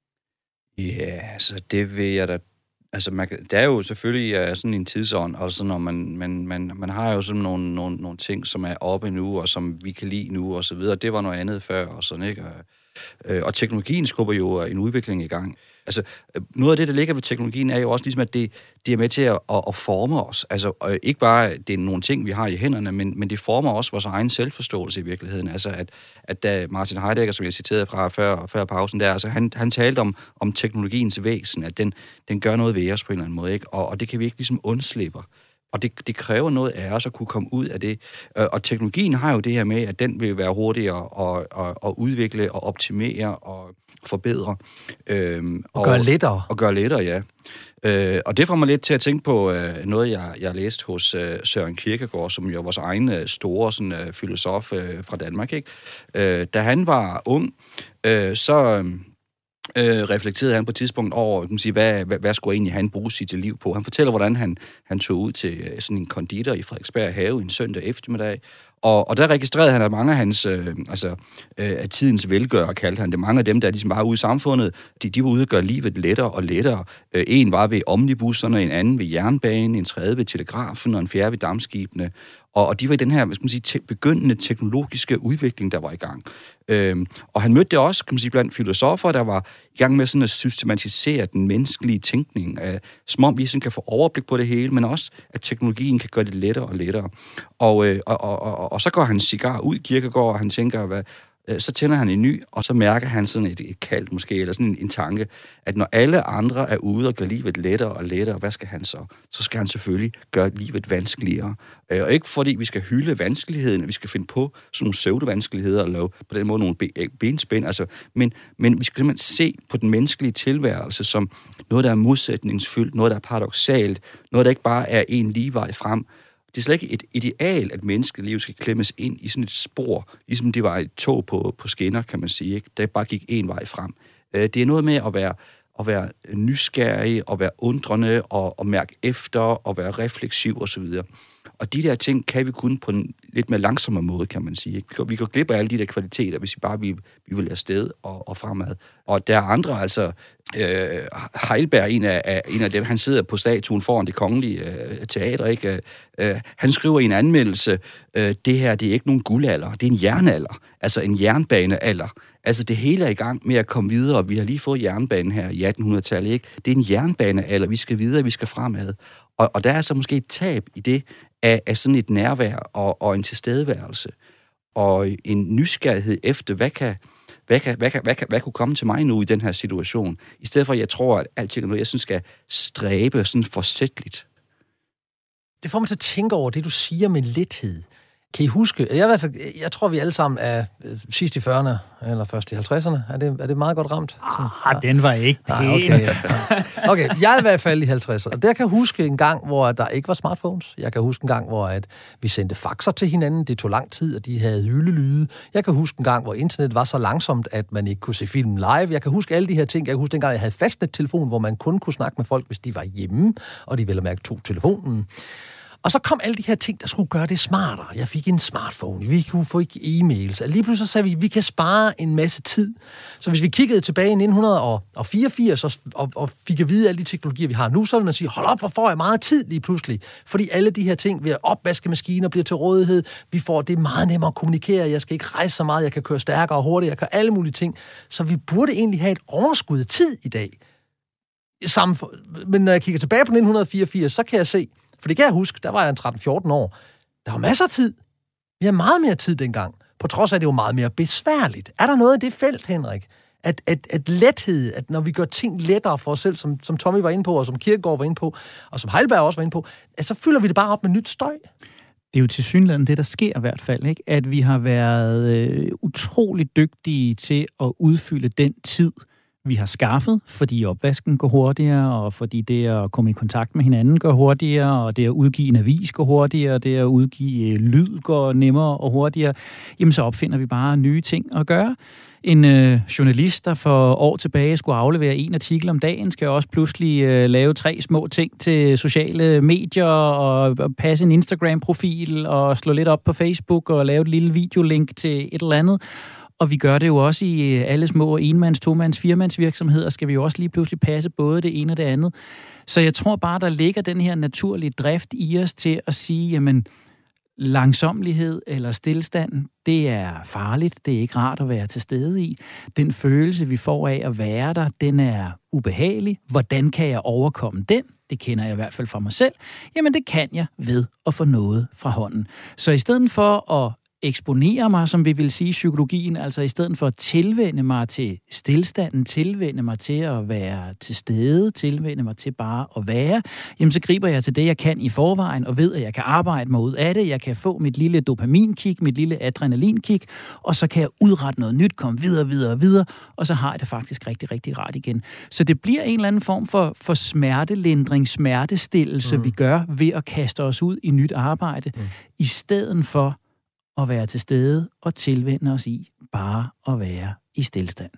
Ja, altså det vil jeg da. Altså, der er jo selvfølgelig sådan en tidsånd, og så når man har jo sådan nogle ting, som er oppe nu, og som vi kan lide nu, og så videre. Det var noget andet før, og sådan, ikke? Og teknologien skubber jo en udvikling i gang. Altså, noget af det, der ligger ved teknologien, er jo også ligesom, at det er med til at forme os. Altså, ikke bare, det er nogle ting, vi har i hænderne, men det former også vores egen selvforståelse i virkeligheden. Altså, at da Martin Heidegger, som jeg citerede fra før pausen der, altså, han talte om teknologiens væsen, at den gør noget ved os på en eller anden måde, ikke? Og det kan vi ikke ligesom undslippe. Og det kræver noget af os at kunne komme ud af det. Og teknologien har jo det her med, at den vil være hurtigere og udvikle og optimere og forbedre. Og gøre lettere. Og gøre lettere, ja. Og det får mig lidt til at tænke på noget, jeg læste hos Søren Kierkegaard, som jo er vores egen store sådan, filosof fra Danmark, ikke? Da han var ung, så reflekterede han på et tidspunkt over, kan man sige, hvad skulle egentlig han bruge sit liv på. Han fortæller, hvordan han tog ud til sådan en konditor i Frederiksberg Have en søndag eftermiddag, og der registrerede han, at mange af hans, af tidens velgørere, kaldte han det, mange af dem, der ligesom var ude i samfundet, de var ude at gøre livet lettere og lettere. En var ved omnibusserne, en anden ved jernbanen, en tredje ved telegrafen, og en fjerde ved dampskibene. Og de var i den her, hvad skal man sige, begyndende teknologiske udvikling, der var i gang. Og han mødte det også, kan man sige, blandt filosofer, der var gang med sådan at systematisere den menneskelige tænkning, som om vi sådan kan få overblik på det hele, men også, at teknologien kan gøre det lettere og lettere. Og så går han cigar ud i Kierkegaard, og han tænker, så tænder han en ny, og så mærker han sådan et kald måske, eller sådan en tanke, at når alle andre er ude og gør livet lettere og lettere, hvad skal han så? Så skal han selvfølgelig gøre livet vanskeligere. Og ikke fordi vi skal hylde vanskeligheden, at vi skal finde på sådan nogle pseudo-vanskeligheder og lave på den måde nogle benspænd, altså, men vi skal simpelthen se på den menneskelige tilværelse som noget, der er modsætningsfyldt, noget, der er paradoksalt, noget, der ikke bare er en lige vej frem. Det er slet ikke et ideal, at menneskelivet skal klemmes ind i sådan et spor, ligesom det var et tog på skinner, kan man sige, ikke? Der bare gik en vej frem. Det er noget med at være nysgerrig, og være undrende, og mærke efter, og være refleksiv osv. Og de der ting kan vi kun på en lidt mere langsommere måde, kan man sige, ikke? Vi går glip af alle de der kvaliteter, hvis vi bare vi vil afsted og fremad. Og der er andre, altså Heidelberg, en af dem, han sidder på statuen foran Det Kongelige Teater, ikke? Han skriver i en anmeldelse, det her, det er ikke nogen guldalder, det er en jernalder, altså en jernbanealder. Altså det hele er i gang med at komme videre, vi har lige fået jernbanen her i 1800-tallet, ikke? Det er en jernbanealder, vi skal videre, vi skal fremad. Og der er så måske et tab i det, af sådan et nærvær og en tilstedeværelse, og en nysgerrighed efter, hvad kunne komme til mig nu i den her situation, i stedet for, at jeg tror, at alting er noget, jeg synes skal stræbe sådan forsætligt. Det får mig til at tænke over det, du siger med lethed. Kan I huske, jeg tror, vi alle sammen er sidst i 40'erne, eller først i 50'erne. Er det meget godt ramt? Den var ikke pæn. Okay, jeg er i hvert fald i 50'erne. Og der kan jeg huske en gang, hvor der ikke var smartphones. Jeg kan huske en gang, hvor vi sendte faxer til hinanden. Det tog lang tid, og de havde hylelyde. Jeg kan huske en gang, hvor internet var så langsomt, at man ikke kunne se film live. Jeg kan huske alle de her ting. Jeg kan huske dengang, jeg havde fastnettelefon, hvor man kun kunne snakke med folk, hvis de var hjemme, og de ville mærke tog telefonen. Og så kom alle de her ting, der skulle gøre det smartere. Jeg fik en smartphone, vi kunne få e-mails. Og lige pludselig så sagde vi kan spare en masse tid. Så hvis vi kiggede tilbage i 1984 og fik at vide alle de teknologier, vi har nu, så vil man sige, hold op, hvor får jeg meget tid lige pludselig. Fordi alle de her ting ved at opvaske maskiner bliver til rådighed. Det er meget nemmere at kommunikere. Jeg skal ikke rejse så meget. Jeg kan køre stærkere og hurtigere. Jeg kan alle mulige ting. Så vi burde egentlig have et overskud af tid i dag. Men når jeg kigger tilbage på 1984, så kan jeg se, for det kan jeg huske, der var jeg 13-14 år. Der var masser af tid. Vi har meget mere tid dengang. På trods af, at det var meget mere besværligt. Er der noget i det felt, Henrik? At lethed, at når vi gør ting lettere for os selv, som Tommy var inde på, og som Kierkegaard var inde på, og som Heidelberg også var inde på, at så fylder vi det bare op med nyt støj. Det er jo tilsyneladende det, der sker i hvert fald, ikke? At vi har været utroligt dygtige til at udfylde den tid, vi har skaffet, fordi opvasken går hurtigere, og fordi det at komme i kontakt med hinanden går hurtigere, og det at udgive en avis går hurtigere, og det at udgive lyd går nemmere og hurtigere, jamen så opfinder vi bare nye ting at gøre. En journalist, der for år tilbage skulle aflevere en artikel om dagen, skal også pludselig lave 3 små ting til sociale medier, og passe en Instagram-profil, og slå lidt op på Facebook, og lave et lille videolink til et eller andet. Og vi gør det jo også i alle små enmands, tomands, firmands virksomheder, skal vi jo også lige pludselig passe både det ene og det andet. Så jeg tror bare, der ligger den her naturlige drift i os til at sige, jamen, langsommelighed eller stillstand, det er farligt, det er ikke rart at være til stede i. Den følelse, vi får af at være der, den er ubehagelig. Hvordan kan jeg overkomme den? Det kender jeg i hvert fald fra mig selv. Jamen, det kan jeg ved at få noget fra hånden. Så i stedet for at eksponere mig, som vi vil sige i psykologien, altså i stedet for at tilvænne mig til stillstanden, tilvænne mig til at være til stede, tilvænne mig til bare at være, jamen så griber jeg til det, jeg kan i forvejen, og ved, at jeg kan arbejde mig ud af det, jeg kan få mit lille dopaminkick, mit lille adrenalinkick, og så kan jeg udrette noget nyt, komme videre, og så har jeg det faktisk rigtig, rigtig rart igen. Så det bliver en eller anden form for smertelindring, smertestillelse, vi gør ved at kaste os ud i nyt arbejde, i stedet for at være til stede og tilvænne os i bare at være i stilstand.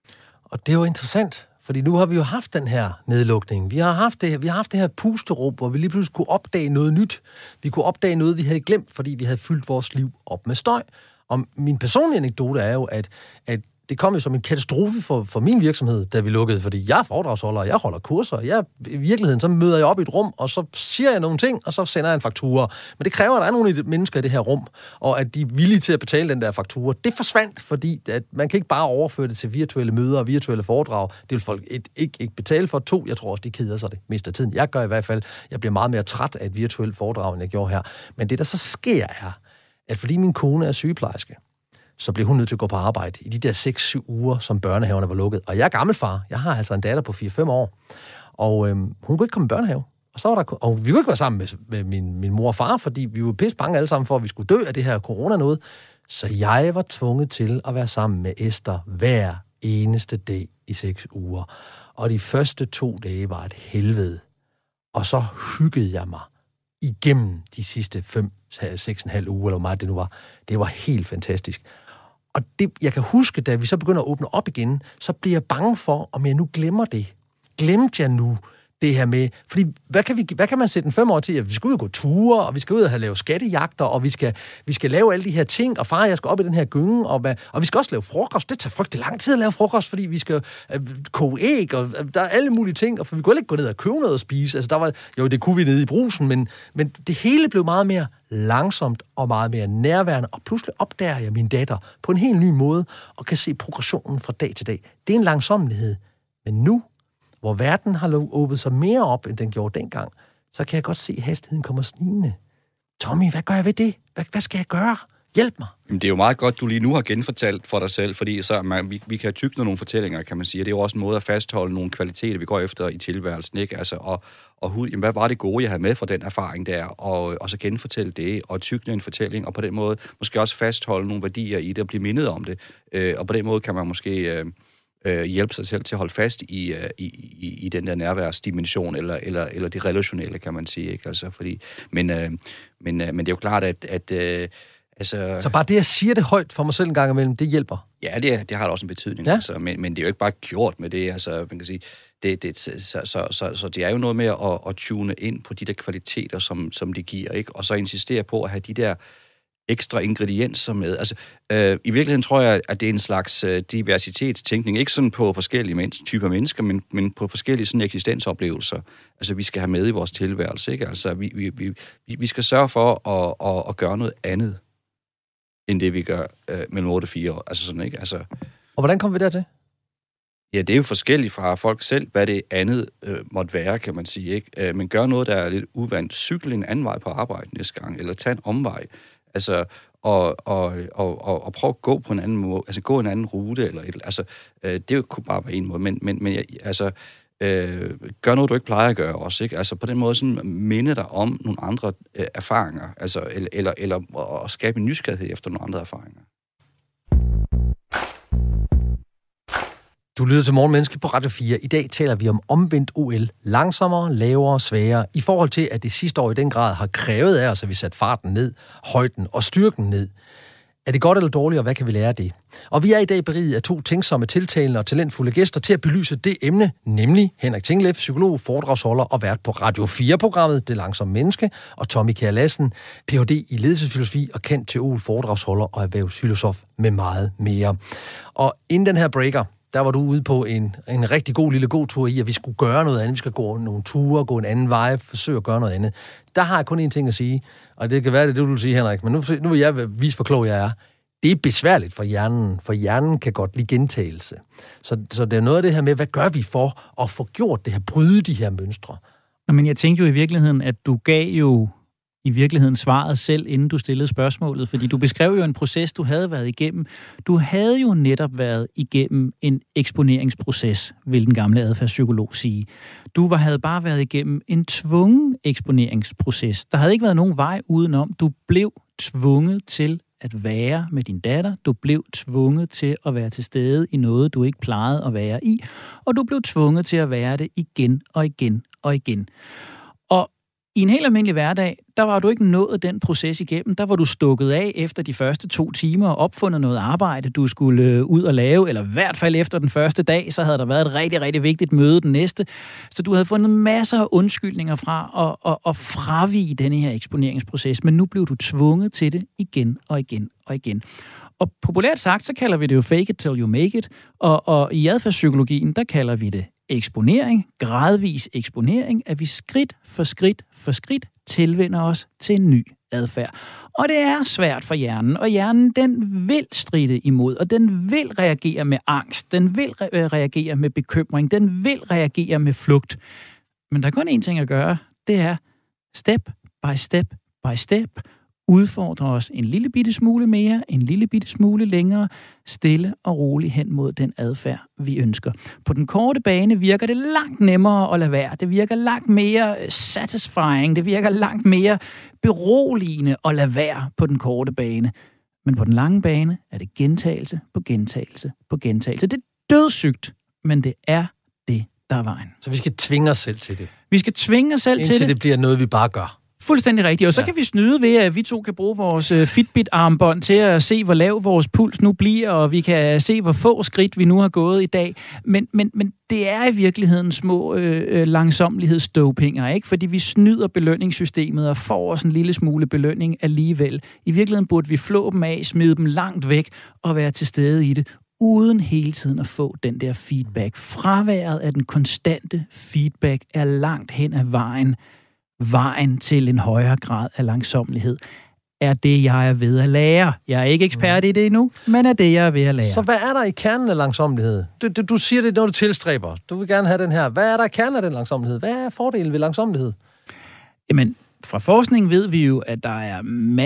Og det er jo interessant, fordi nu har vi jo haft den her nedlukning. Vi har haft det her pusterum, hvor vi lige pludselig kunne opdage noget nyt. Vi kunne opdage noget, vi havde glemt, fordi vi havde fyldt vores liv op med støj. Og min personlige anekdote er jo, at det kom jo som en katastrofe for min virksomhed, da vi lukkede, fordi jeg er foredragsholder, jeg holder kurser, i virkeligheden, så møder jeg op i et rum, og så siger jeg nogle ting, og så sender jeg en faktura. Men det kræver, at der er nogle mennesker i det her rum, og at de er villige til at betale den der faktura. Det forsvandt, fordi at man kan ikke bare overføre det til virtuelle møder og virtuelle foredrag. Det vil folk ikke betale for. 2, jeg tror også, de keder sig det mest af tiden. Jeg gør i hvert fald. Jeg bliver meget mere træt af et virtuelt foredrag, end jeg gjorde her. Men det, der så sker, er, at fordi min kone er sygeplejerske, så blev hun nødt til at gå på arbejde i de der 6-7 uger, som børnehaverne var lukket. Og jeg er gammelfar. Jeg har altså en datter på 4-5 år. Og hun kunne ikke komme i børnehave. Og vi kunne ikke være sammen med min mor og far, fordi vi var pisse bange alle sammen for, at vi skulle dø af det her corona noget. Så jeg var tvunget til at være sammen med Esther hver eneste dag i 6 uger. Og de første 2 dage var et helvede. Og så hyggede jeg mig igennem de sidste 6,5 uger, eller hvor meget det nu var. Det var helt fantastisk. Og det, jeg kan huske, da vi så begynder at åbne op igen, så bliver jeg bange for, om jeg nu glemmer det. Glemte jeg nu det her med... Fordi, hvad kan man sætte en 5 år til? Vi skal ud og gå ture, og vi skal ud og have lavet skattejagter, og vi skal lave alle de her ting, og far, jeg skal op i den her gynge, og vi skal også lave frokost. Det tager frygtelig lang tid at lave frokost, fordi vi skal koge æg, og der er alle mulige ting, og for vi kunne ikke gå ned og købe noget og spise. Altså, det kunne vi nede i Brugsen, men det hele blev meget mere langsomt og meget mere nærværende, og pludselig opdager jeg min datter på en helt ny måde, og kan se progressionen fra dag til dag. Det er en langsommelighed, men nu, hvor verden har åbnet sig mere op, end den gjorde dengang, så kan jeg godt se, at hastigheden kommer snigende. Tommy, hvad gør jeg ved det? Hvad skal jeg gøre? Hjælp mig. Jamen, det er jo meget godt, du lige nu har genfortalt for dig selv, fordi så vi kan tygge nogle fortællinger, kan man sige. Det er jo også en måde at fastholde nogle kvaliteter, vi går efter i tilværelsen, ikke? Altså, jamen, hvad var det gode, jeg havde med fra den erfaring der, og så genfortælle det, og tygge en fortælling, og på den måde måske også fastholde nogle værdier i det, og blive mindet om det. Og på den måde kan man måske... hjælpe sig selv til at holde fast i den der nærværsdimension, eller det relationelle, kan man sige, ikke? Altså, fordi, men det er jo klart, at altså... Så bare det, jeg siger det højt for mig selv en gang imellem, det hjælper? Ja, det har da også en betydning, ja? Altså, men det er jo ikke bare gjort med det, altså, man kan sige, så det er jo noget med at tune ind på de der kvaliteter, som det giver, ikke? Og så insistere på at have de der ekstra ingredienser med. Altså, i virkeligheden tror jeg, at det er en slags diversitetstænkning, ikke sådan på forskellige typer mennesker, men på forskellige sådan eksistensoplevelser, altså vi skal have med i vores tilværelse, ikke? Altså, vi skal sørge for at gøre noget andet, end det vi gør mellem 8 og 4 år. Altså sådan, ikke? Altså, og hvordan kommer vi dertil? Ja, det er jo forskelligt fra folk selv, hvad det andet måtte være, kan man sige, ikke? Men gør noget, der er lidt uvandt. Cykle en anden vej på arbejde næste gang, eller tage en omvej. Altså, og prøve at gå på en anden måde, altså gå en anden rute, eller altså, det kunne bare være en måde, men altså, gør noget, du ikke plejer at gøre også, ikke? Altså, på den måde sådan minde dig om nogle andre erfaringer, altså, eller at skabe en nysgerrighed efter nogle andre erfaringer. Du lytter til Morgenmenneske på Radio 4. I dag taler vi om omvendt OL. Langsommere, lavere, sværere. I forhold til, at det sidste år i den grad har krævet af os, at vi satte farten ned, højden og styrken ned. Er det godt eller dårligt, og hvad kan vi lære af det? Og vi er i dag beriget af 2 tænksomme, tiltalende og talentfulde gæster til at belyse det emne, nemlig Henrik Tingleff, psykolog, foredragsholder og vært på Radio 4-programmet Det Langsomme Menneske, og Tommy Kjær Lassen, Ph.D. i ledelsesfilosofi og kendt teolog, foredragsholder og erhvervsfilosof med meget mere. Og inden den her breaker, der var du ude på en rigtig god lille gåtur i, at vi skulle gøre noget andet. Vi skal gå nogle ture, gå en anden vej, forsøge at gøre noget andet. Der har jeg kun én ting at sige, og det kan være det, du vil sige, Henrik, men nu vil jeg vise, hvor klog jeg er. Det er besværligt for hjernen kan godt lide gentagelse. Så det er noget af det her med, hvad gør vi for at få gjort det her, bryde de her mønstre? Men jeg tænkte jo i virkeligheden, at du gav jo i virkeligheden svaret selv, inden du stillede spørgsmålet, fordi du beskrev jo en proces, du havde været igennem. Du havde jo netop været igennem en eksponeringsproces, vil den gamle adfærdspsykolog sige. Du havde bare været igennem en tvungen eksponeringsproces. Der havde ikke været nogen vej udenom. Du blev tvunget til at være med din datter. Du blev tvunget til at være til stede i noget, du ikke plejede at være i. Og du blev tvunget til at være det igen og igen og igen. Og i en helt almindelig hverdag, der var du ikke nået den proces igennem. Der var du stukket af efter de første 2 timer og opfundet noget arbejde, du skulle ud og lave, eller i hvert fald efter den første dag, så havde der været et rigtig, rigtig vigtigt møde den næste. Så du havde fundet masser af undskyldninger fra at fravige denne her eksponeringsproces, men nu blev du tvunget til det igen og igen og igen. Og populært sagt, så kalder vi det jo fake it till you make it, og i adfærdspsykologien, der kalder vi det eksponering, gradvis eksponering, at vi skridt for skridt tilvender os til en ny adfærd. Og det er svært for hjernen, og hjernen, den vil stride imod, og den vil reagere med angst, den vil reagere med bekymring, den vil reagere med flugt. Men der er kun én ting at gøre, det er step by step by step, udfordre os en lille bitte smule mere, en lille bitte smule længere, stille og roligt hen mod den adfærd, vi ønsker. På den korte bane virker det langt nemmere at lade være. Det virker langt mere satisfying. Det virker langt mere beroligende at lade være på den korte bane. Men på den lange bane er det gentagelse på gentagelse på gentagelse. Det er dødssygt, men det er det, der er vejen. Så vi skal tvinge os selv til det. Vi skal tvinge os selv til det. Indtil det bliver noget, vi bare gør. Fuldstændig rigtigt. Og så kan vi snyde ved, at vi to kan bruge vores Fitbit-armbånd til at se, hvor lav vores puls nu bliver, og vi kan se, hvor få skridt vi nu har gået i dag. Men det er i virkeligheden små langsomlighedsdopinger, ikke? Fordi vi snyder belønningssystemet og får os en lille smule belønning alligevel. I virkeligheden burde vi flå dem af, smide dem langt væk og være til stede i det, uden hele tiden at få den der feedback. Fraværet af den konstante feedback er langt hen ad vejen til en højere grad af langsommelighed, er det, jeg er ved at lære. Jeg er ikke ekspert i det endnu, men er det, jeg er ved at lære. Så hvad er der i kernen af langsommelighed? Du siger det, når du tilstræber. Du vil gerne have den her. Hvad er der i kernen af den langsommelighed? Hvad er fordelen ved langsommelighed? Jamen, fra forskning ved vi jo, at der er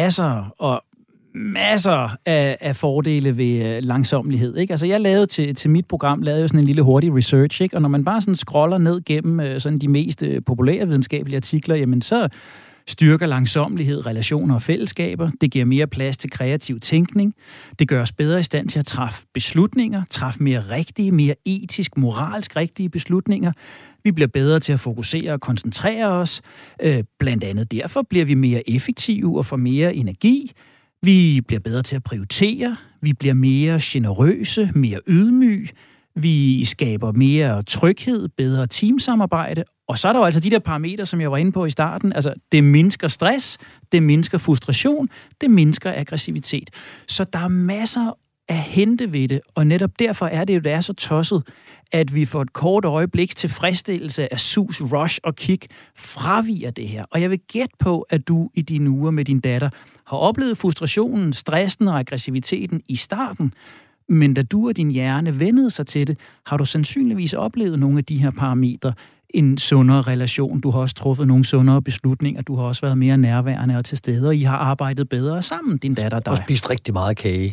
masser af fordele ved langsommelighed, ikke? Altså, jeg lavede til mit program, lavede jo sådan en lille hurtig research, ikke? Og når man bare sådan scroller ned gennem sådan de mest populære videnskabelige artikler, jamen så styrker langsommelighed relationer og fællesskaber. Det giver mere plads til kreativ tænkning. Det gør os bedre i stand til at træffe beslutninger, træffe mere rigtige, mere etisk, moralsk rigtige beslutninger. Vi bliver bedre til at fokusere og koncentrere os. Blandt andet derfor bliver vi mere effektive og får mere energi. Vi bliver bedre til at prioritere, vi bliver mere generøse, mere ydmyge, vi skaber mere tryghed, bedre teamsamarbejde, og så er der jo altså de der parametre, som jeg var inde på i starten, altså det mindsker stress, det mindsker frustration, det mindsker aggressivitet. Så der er masser at hente ved det, og netop derfor er det jo, det er så tosset, at vi for et kort øjebliks tilfredsstillelse af sus, rush og kick fraviger det her. Og jeg vil gætte på, at du i dine uger med din datter har oplevet frustrationen, stressen og aggressiviteten i starten, men da du og din hjerne vendede sig til det, har du sandsynligvis oplevet nogle af de her parametre. En sundere relation, du har også truffet nogle sundere beslutninger, du har også været mere nærværende og til stede, og I har arbejdet bedre sammen, din datter og dig. Og spist rigtig meget kage.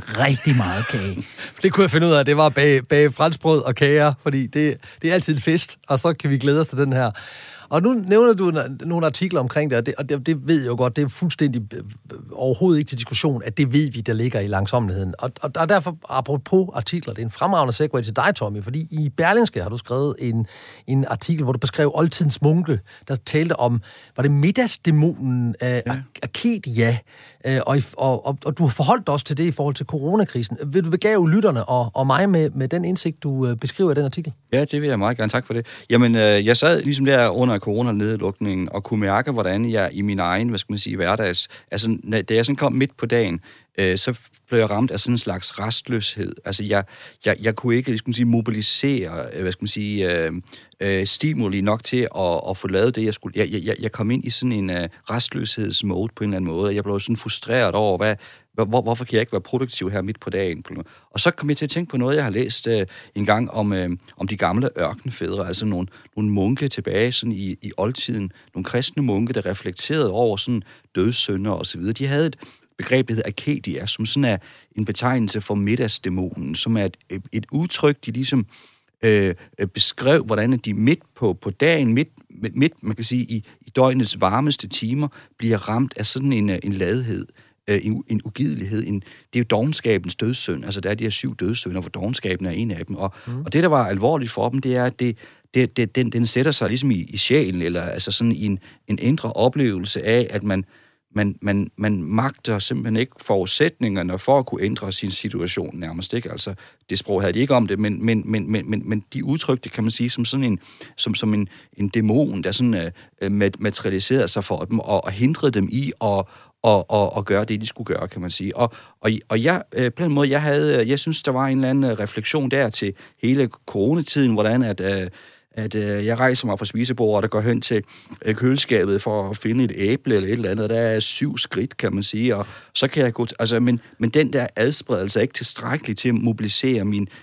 Det kunne jeg finde ud af, det var bage franskbrød og kager, fordi det er altid en fest, og så kan vi glæde os til den her. Og nu nævner du nogle artikler omkring det, og det ved jeg jo godt, det er fuldstændig overhovedet ikke til diskussion, at det ved vi, der ligger i langsommeligheden. Og derfor, apropos artikler, det er en fremragende segue til dig, Tommy, fordi i Berlingske har du skrevet en artikel, hvor du beskrev oldtidens munke, der talte om, var det middagsdæmonen Akedia, og du har forholdt dig også til det i forhold til coronakrisen. Vil du begave lytterne og mig med den indsigt, du beskriver i den artikel? Ja, det vil jeg meget gerne. Tak for det. Jamen, jeg sad ligesom der under coronanedlukningen og kunne mærke, hvordan jeg i min egen, hverdags, altså da jeg sådan kom midt på dagen, så blev jeg ramt af sådan en slags restløshed. Altså, jeg kunne ikke mobilisere, stimuli nok til at få lavet det, jeg skulle. Jeg kom ind i sådan en restløshedsmode på en eller anden måde, og jeg blev sådan frustreret over, hvorfor kan jeg ikke være produktiv her midt på dagen? Og så kom jeg til at tænke på noget, jeg har læst en gang om de gamle ørkenfædre, altså nogle munke tilbage sådan i oldtiden, nogle kristne munke, der reflekterede over sådan dødssynder og så videre. De havde et begreb, der hedder Akedia, som sådan er en betegnelse for middagsdæmonen, som er et udtryk, de ligesom beskrev, hvordan de midt på dagen, midt man kan sige, i døgnets varmeste timer, bliver ramt af sådan en ladhed, en ugidelighed. Det er jo dovenskabens dødssynd, altså der er de her 7 dødssynder, hvor dovenskaben er en af dem. Og det, der var alvorligt for dem, det er, at den sætter sig ligesom i sjælen, eller altså sådan i en indre oplevelse af, at man magter simpelthen ikke forudsætningerne for at kunne ændre sin situation nærmest, ikke? Altså, det sprog havde de ikke om det, men de udtrykte, kan man sige, som sådan en dæmon, der sådan materialiserede sig for dem og hindrede dem i og gøre det, de skulle gøre, kan man sige. Og jeg, på den måde, jeg synes, der var en eller anden refleksion der til hele coronatiden, hvordan at jeg rejser mig fra spisebordet og går hen til køleskabet for at finde et æble eller et eller andet. Der er 7 skridt, kan man sige, og så kan jeg gå... Altså, men den der adspredelse er ikke tilstrækkelig til at mobilisere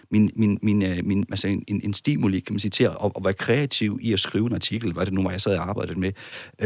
en stimuli, kan man sige, til at være kreativ i at skrive en artikel, hvad det nu var, jeg sad og arbejdede med.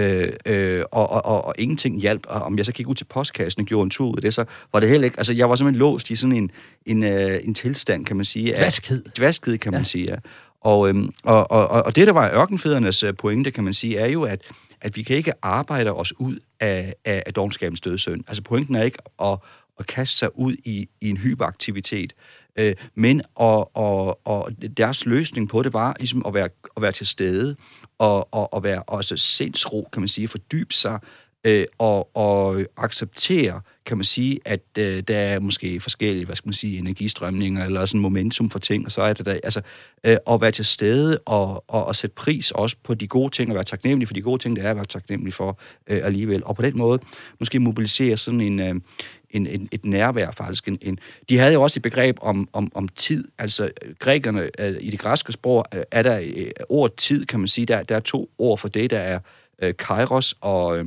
Og ingenting hjalp. Og om jeg så gik ud til postkassen og gjorde en tur ud af det, så var det heller ikke... Altså, jeg var simpelthen låst i sådan en tilstand, kan man sige. Dvaskhed, kan man sige, ja. Og det, der var ørkenfædrenes pointe, kan man sige, er jo, at vi kan ikke arbejde os ud af dovenskabens dødssynd. Altså pointen er ikke at kaste sig ud i en hyperaktivitet, men og deres løsning på det var ligesom at være til stede og være også sindsro, kan man sige, fordybe sig og acceptere, kan man sige, at der er måske forskellige, hvad skal man sige, energistrømninger eller sådan momentum for ting, og så er det der, altså at være til stede og sætte pris også på de gode ting, og være taknemmelig for de gode ting, der er at være taknemmelig for alligevel, og på den måde måske mobilisere sådan et nærvær faktisk. De havde jo også et begreb om tid, altså grækerne i det græske sprog er der ordet tid, kan man sige, der er 2 ord for det, der er kairos og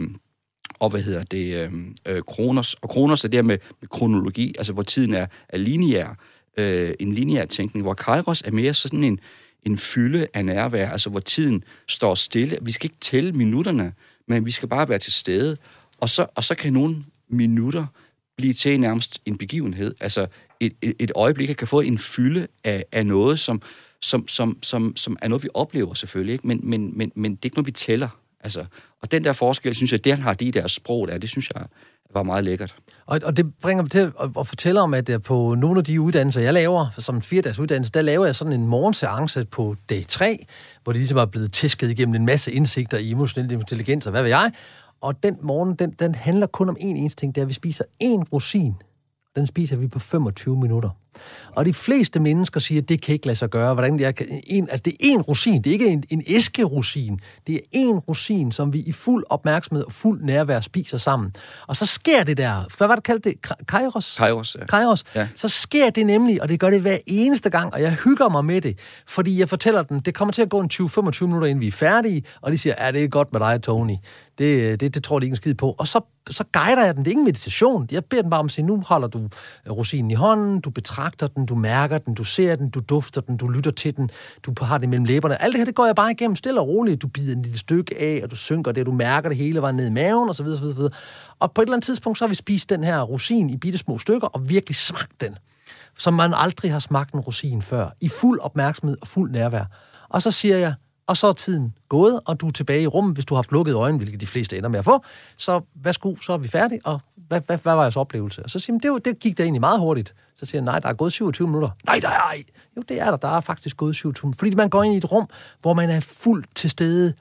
kronos. Og kronos er det med kronologi, altså hvor tiden er lineær, en lineær tænkning, hvor kairos er mere sådan en fylde af nærvær, altså hvor tiden står stille. Vi skal ikke tælle minutterne, men vi skal bare være til stede. Og så kan nogle minutter blive til nærmest en begivenhed. Altså et øjeblik kan få en fylde af noget, som er noget, vi oplever selvfølgelig, ikke? Men det er ikke noget, vi tæller. Altså, og den der forskel, synes jeg, det har de deres sprog der, det synes jeg var meget lækkert. Og det bringer mig til at fortælle om, at på nogle af de uddannelser, jeg laver, som 4-dages uddannelse, der laver jeg sådan en morgenseance på dag 3, hvor det ligesom er blevet tæsket igennem en masse indsigter i emotionel intelligens, og hvad ved jeg. Og den morgen, den handler kun om en eneste ting, det er, at vi spiser 1 rosin. Den spiser vi på 25 minutter. Og de fleste mennesker siger, at det kan ikke lade sig gøre. Hvordan det er, det er 1 rosin, det er ikke en æskerosin. Det er 1 rosin, som vi i fuld opmærksomhed og fuld nærvær spiser sammen. Og så sker det der, hvad var det kaldt det? Kairos? Kairos, ja. Kairos. Ja. Så sker det nemlig, og det gør det hver eneste gang, og jeg hygger mig med det, fordi jeg fortæller dem, det kommer til at gå en 20-25 minutter, inden vi er færdige, og de siger, det er godt med dig, Tony. Det tror de ikke en skid på. Og så guider jeg den. Det er ikke meditation. Jeg beder den bare om at sige, nu holder du rosinen i hånden, du betragter den, du mærker den, du ser den, du dufter den, du lytter til den, du har det mellem læberne. Alt det her, det går jeg bare igennem stille og roligt. Du bider en lille stykke af, og du synker det, og du mærker det hele vejen ned i maven, og så videre, så videre. Og på et eller andet tidspunkt, så har vi spist den her rosin i bitte små stykker, og virkelig smagt den, som man aldrig har smagt en rosin før, i fuld opmærksomhed og fuld nærvær. Og så siger jeg, og så er tiden gået, og du er tilbage i rummet, hvis du har haft lukket øjne, hvilket de fleste ender med at få. Så værsgo, så er vi færdige, og hvad var jeres oplevelse? Og så siger han, det gik da egentlig meget hurtigt. Så siger han, nej, der er gået 27 minutter. Nej, der er ej. Jo, det er der er faktisk gået 27 minutter. Fordi man går ind i et rum, hvor man er fuldt til stede.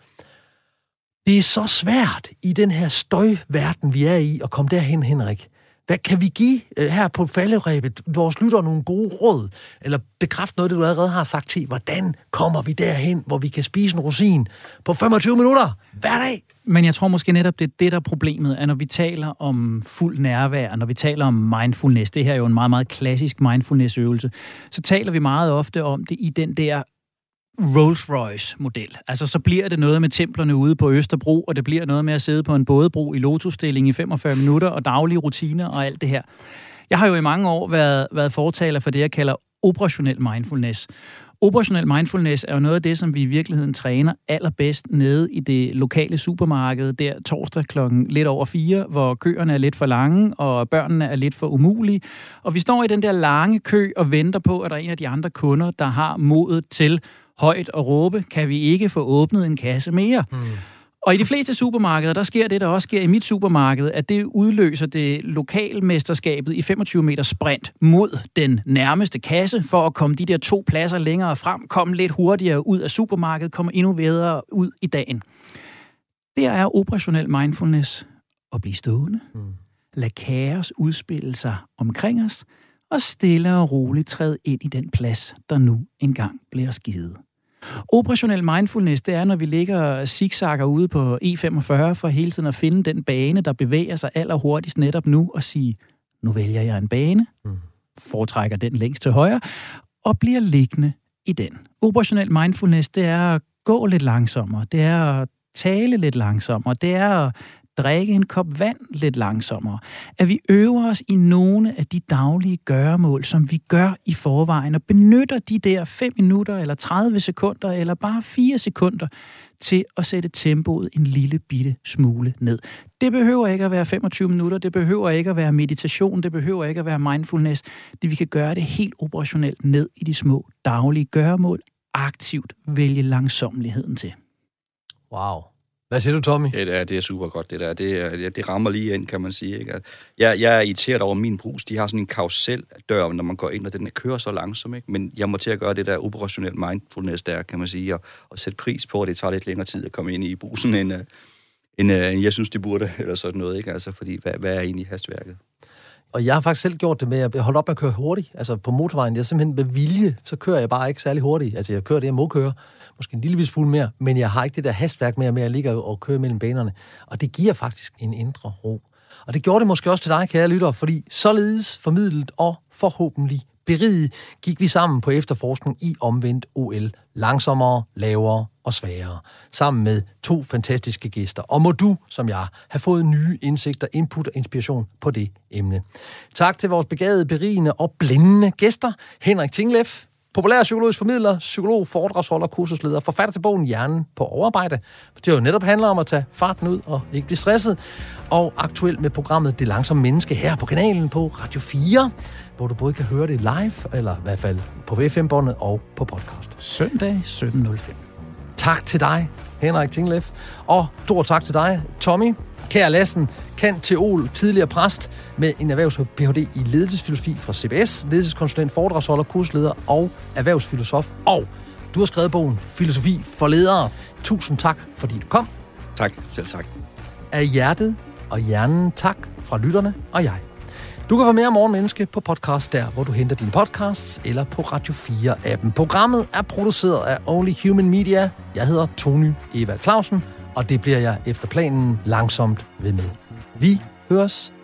Det er så svært i den her støjverden, vi er i, at komme derhen, Henrik. Hvad kan vi give her på falderebet vores lyttere nogle gode råd, eller bekræfte noget, det du allerede har sagt til? Hvordan kommer vi derhen, hvor vi kan spise en rosin på 25 minutter hver dag? Men jeg tror måske netop, det er det, der er problemet, at når vi taler om fuld nærvær, når vi taler om mindfulness, det her er jo en meget, meget klassisk mindfulness-øvelse, så taler vi meget ofte om det i den der Rolls-Royce-model. Altså, så bliver det noget med templerne ude på Østerbro, og det bliver noget med at sidde på en bådebro i lotusstilling i 45 minutter, og daglige rutiner og alt det her. Jeg har jo i mange år været fortaler for det, jeg kalder operationel mindfulness. Operationel mindfulness er jo noget af det, som vi i virkeligheden træner allerbedst nede i det lokale supermarked, der torsdag klokken lidt over 4, hvor køerne er lidt for lange, og børnene er lidt for umulige. Og vi står i den der lange kø og venter på, at der er en af de andre kunder, der har modet til højt at råbe, kan vi ikke få åbnet en kasse mere? Og i de fleste supermarkeder, der sker det, der også sker i mit supermarked, at det udløser det lokalmesterskabet i 25 meter sprint mod den nærmeste kasse, for at komme de der 2 pladser længere frem, komme lidt hurtigere ud af supermarkedet, komme endnu bedre ud i dagen. Det er operationel mindfulness at blive stående, lad kaos udspille sig omkring os, og stille og roligt træde ind i den plads, der nu engang bliver givet. Operationel mindfulness, det er, når vi ligger zigzagger ude på E45 for hele tiden at finde den bane, der bevæger sig allerhurtigst netop nu, og sige, nu vælger jeg en bane, foretrækker den længst til højre, og bliver liggende i den. Operationel mindfulness, det er at gå lidt langsommere, det er at tale lidt langsommere, det er at drikke en kop vand lidt langsommere. At vi øver os i nogle af de daglige gøremål, som vi gør i forvejen, og benytter de der 5 minutter, eller 30 sekunder, eller bare 4 sekunder, til at sætte tempoet en lille bitte smule ned. Det behøver ikke at være 25 minutter, det behøver ikke at være meditation, det behøver ikke at være mindfulness. Vi kan gøre det helt operationelt ned i de små daglige gøremål, aktivt vælge langsommeligheden til. Wow. Hvad siger du, Tommy? Det er super godt, det der. Det rammer lige ind, kan man sige. Ikke? Jeg er irriteret over min brus. De har sådan en karusel-dør, når man går ind, og den kører så langsomt. Ikke? Men jeg må til at gøre det der operationelt mindfulness der, kan man sige, og sætte pris på, at det tager lidt længere tid at komme ind i brusen, end jeg synes, det burde, eller sådan noget. Ikke? Altså, fordi, hvad er egentlig hastværket? Og jeg har faktisk selv gjort det med at holde op med at køre hurtigt. Altså på motorvejen, jeg er simpelthen med vilje, så kører jeg bare ikke særlig hurtigt. Altså jeg kører det, jeg må køre. Måske en lille smule mere, men jeg har ikke det der hastværk med, at jeg ligger og kører mellem banerne. Og det giver faktisk en indre ro. Og det gjorde det måske også til dig, kære lytter, fordi således formidlet og forhåbentlig beriget gik vi sammen på efterforskning i omvendt OL. Langsommere, lavere og sværere. Sammen med 2 fantastiske gæster. Og må du, som jeg, have fået nye indsigter, input og inspiration på det emne. Tak til vores begavede, berigende og blændende gæster. Henrik Tingleff, populær psykologisk formidler, psykolog, foredragsholder, kursusleder, forfatter til bogen Hjernen på overarbejde. Det jo netop handler om at tage farten ud og ikke blive stresset. Og aktuelt med programmet Det Langsomme Menneske her på kanalen på Radio 4, hvor du både kan høre det live, eller i hvert fald på FM-båndet og på podcast. Søndag 17.05. Tak til dig, Henrik Tingleff. Og stor tak til dig, Tommy Kjær Lassen, cand.theol, tidligere præst med en erhvervs-Ph.D. i ledelsesfilosofi fra CBS, ledelseskonsulent, foredragsholder, kursleder og erhvervsfilosof. Og du har skrevet bogen Filosofi for ledere. Tusind tak, fordi du kom. Tak, selv tak. Af hjertet og hjernen tak fra lytterne og jeg. Du kan få mere Morgenmenneske på podcast der, hvor du henter dine podcasts, eller på Radio 4-appen. Programmet er produceret af Only Human Media. Jeg hedder Tony Evald Clausen, og det bliver jeg efter planen langsomt ved med. Vi høres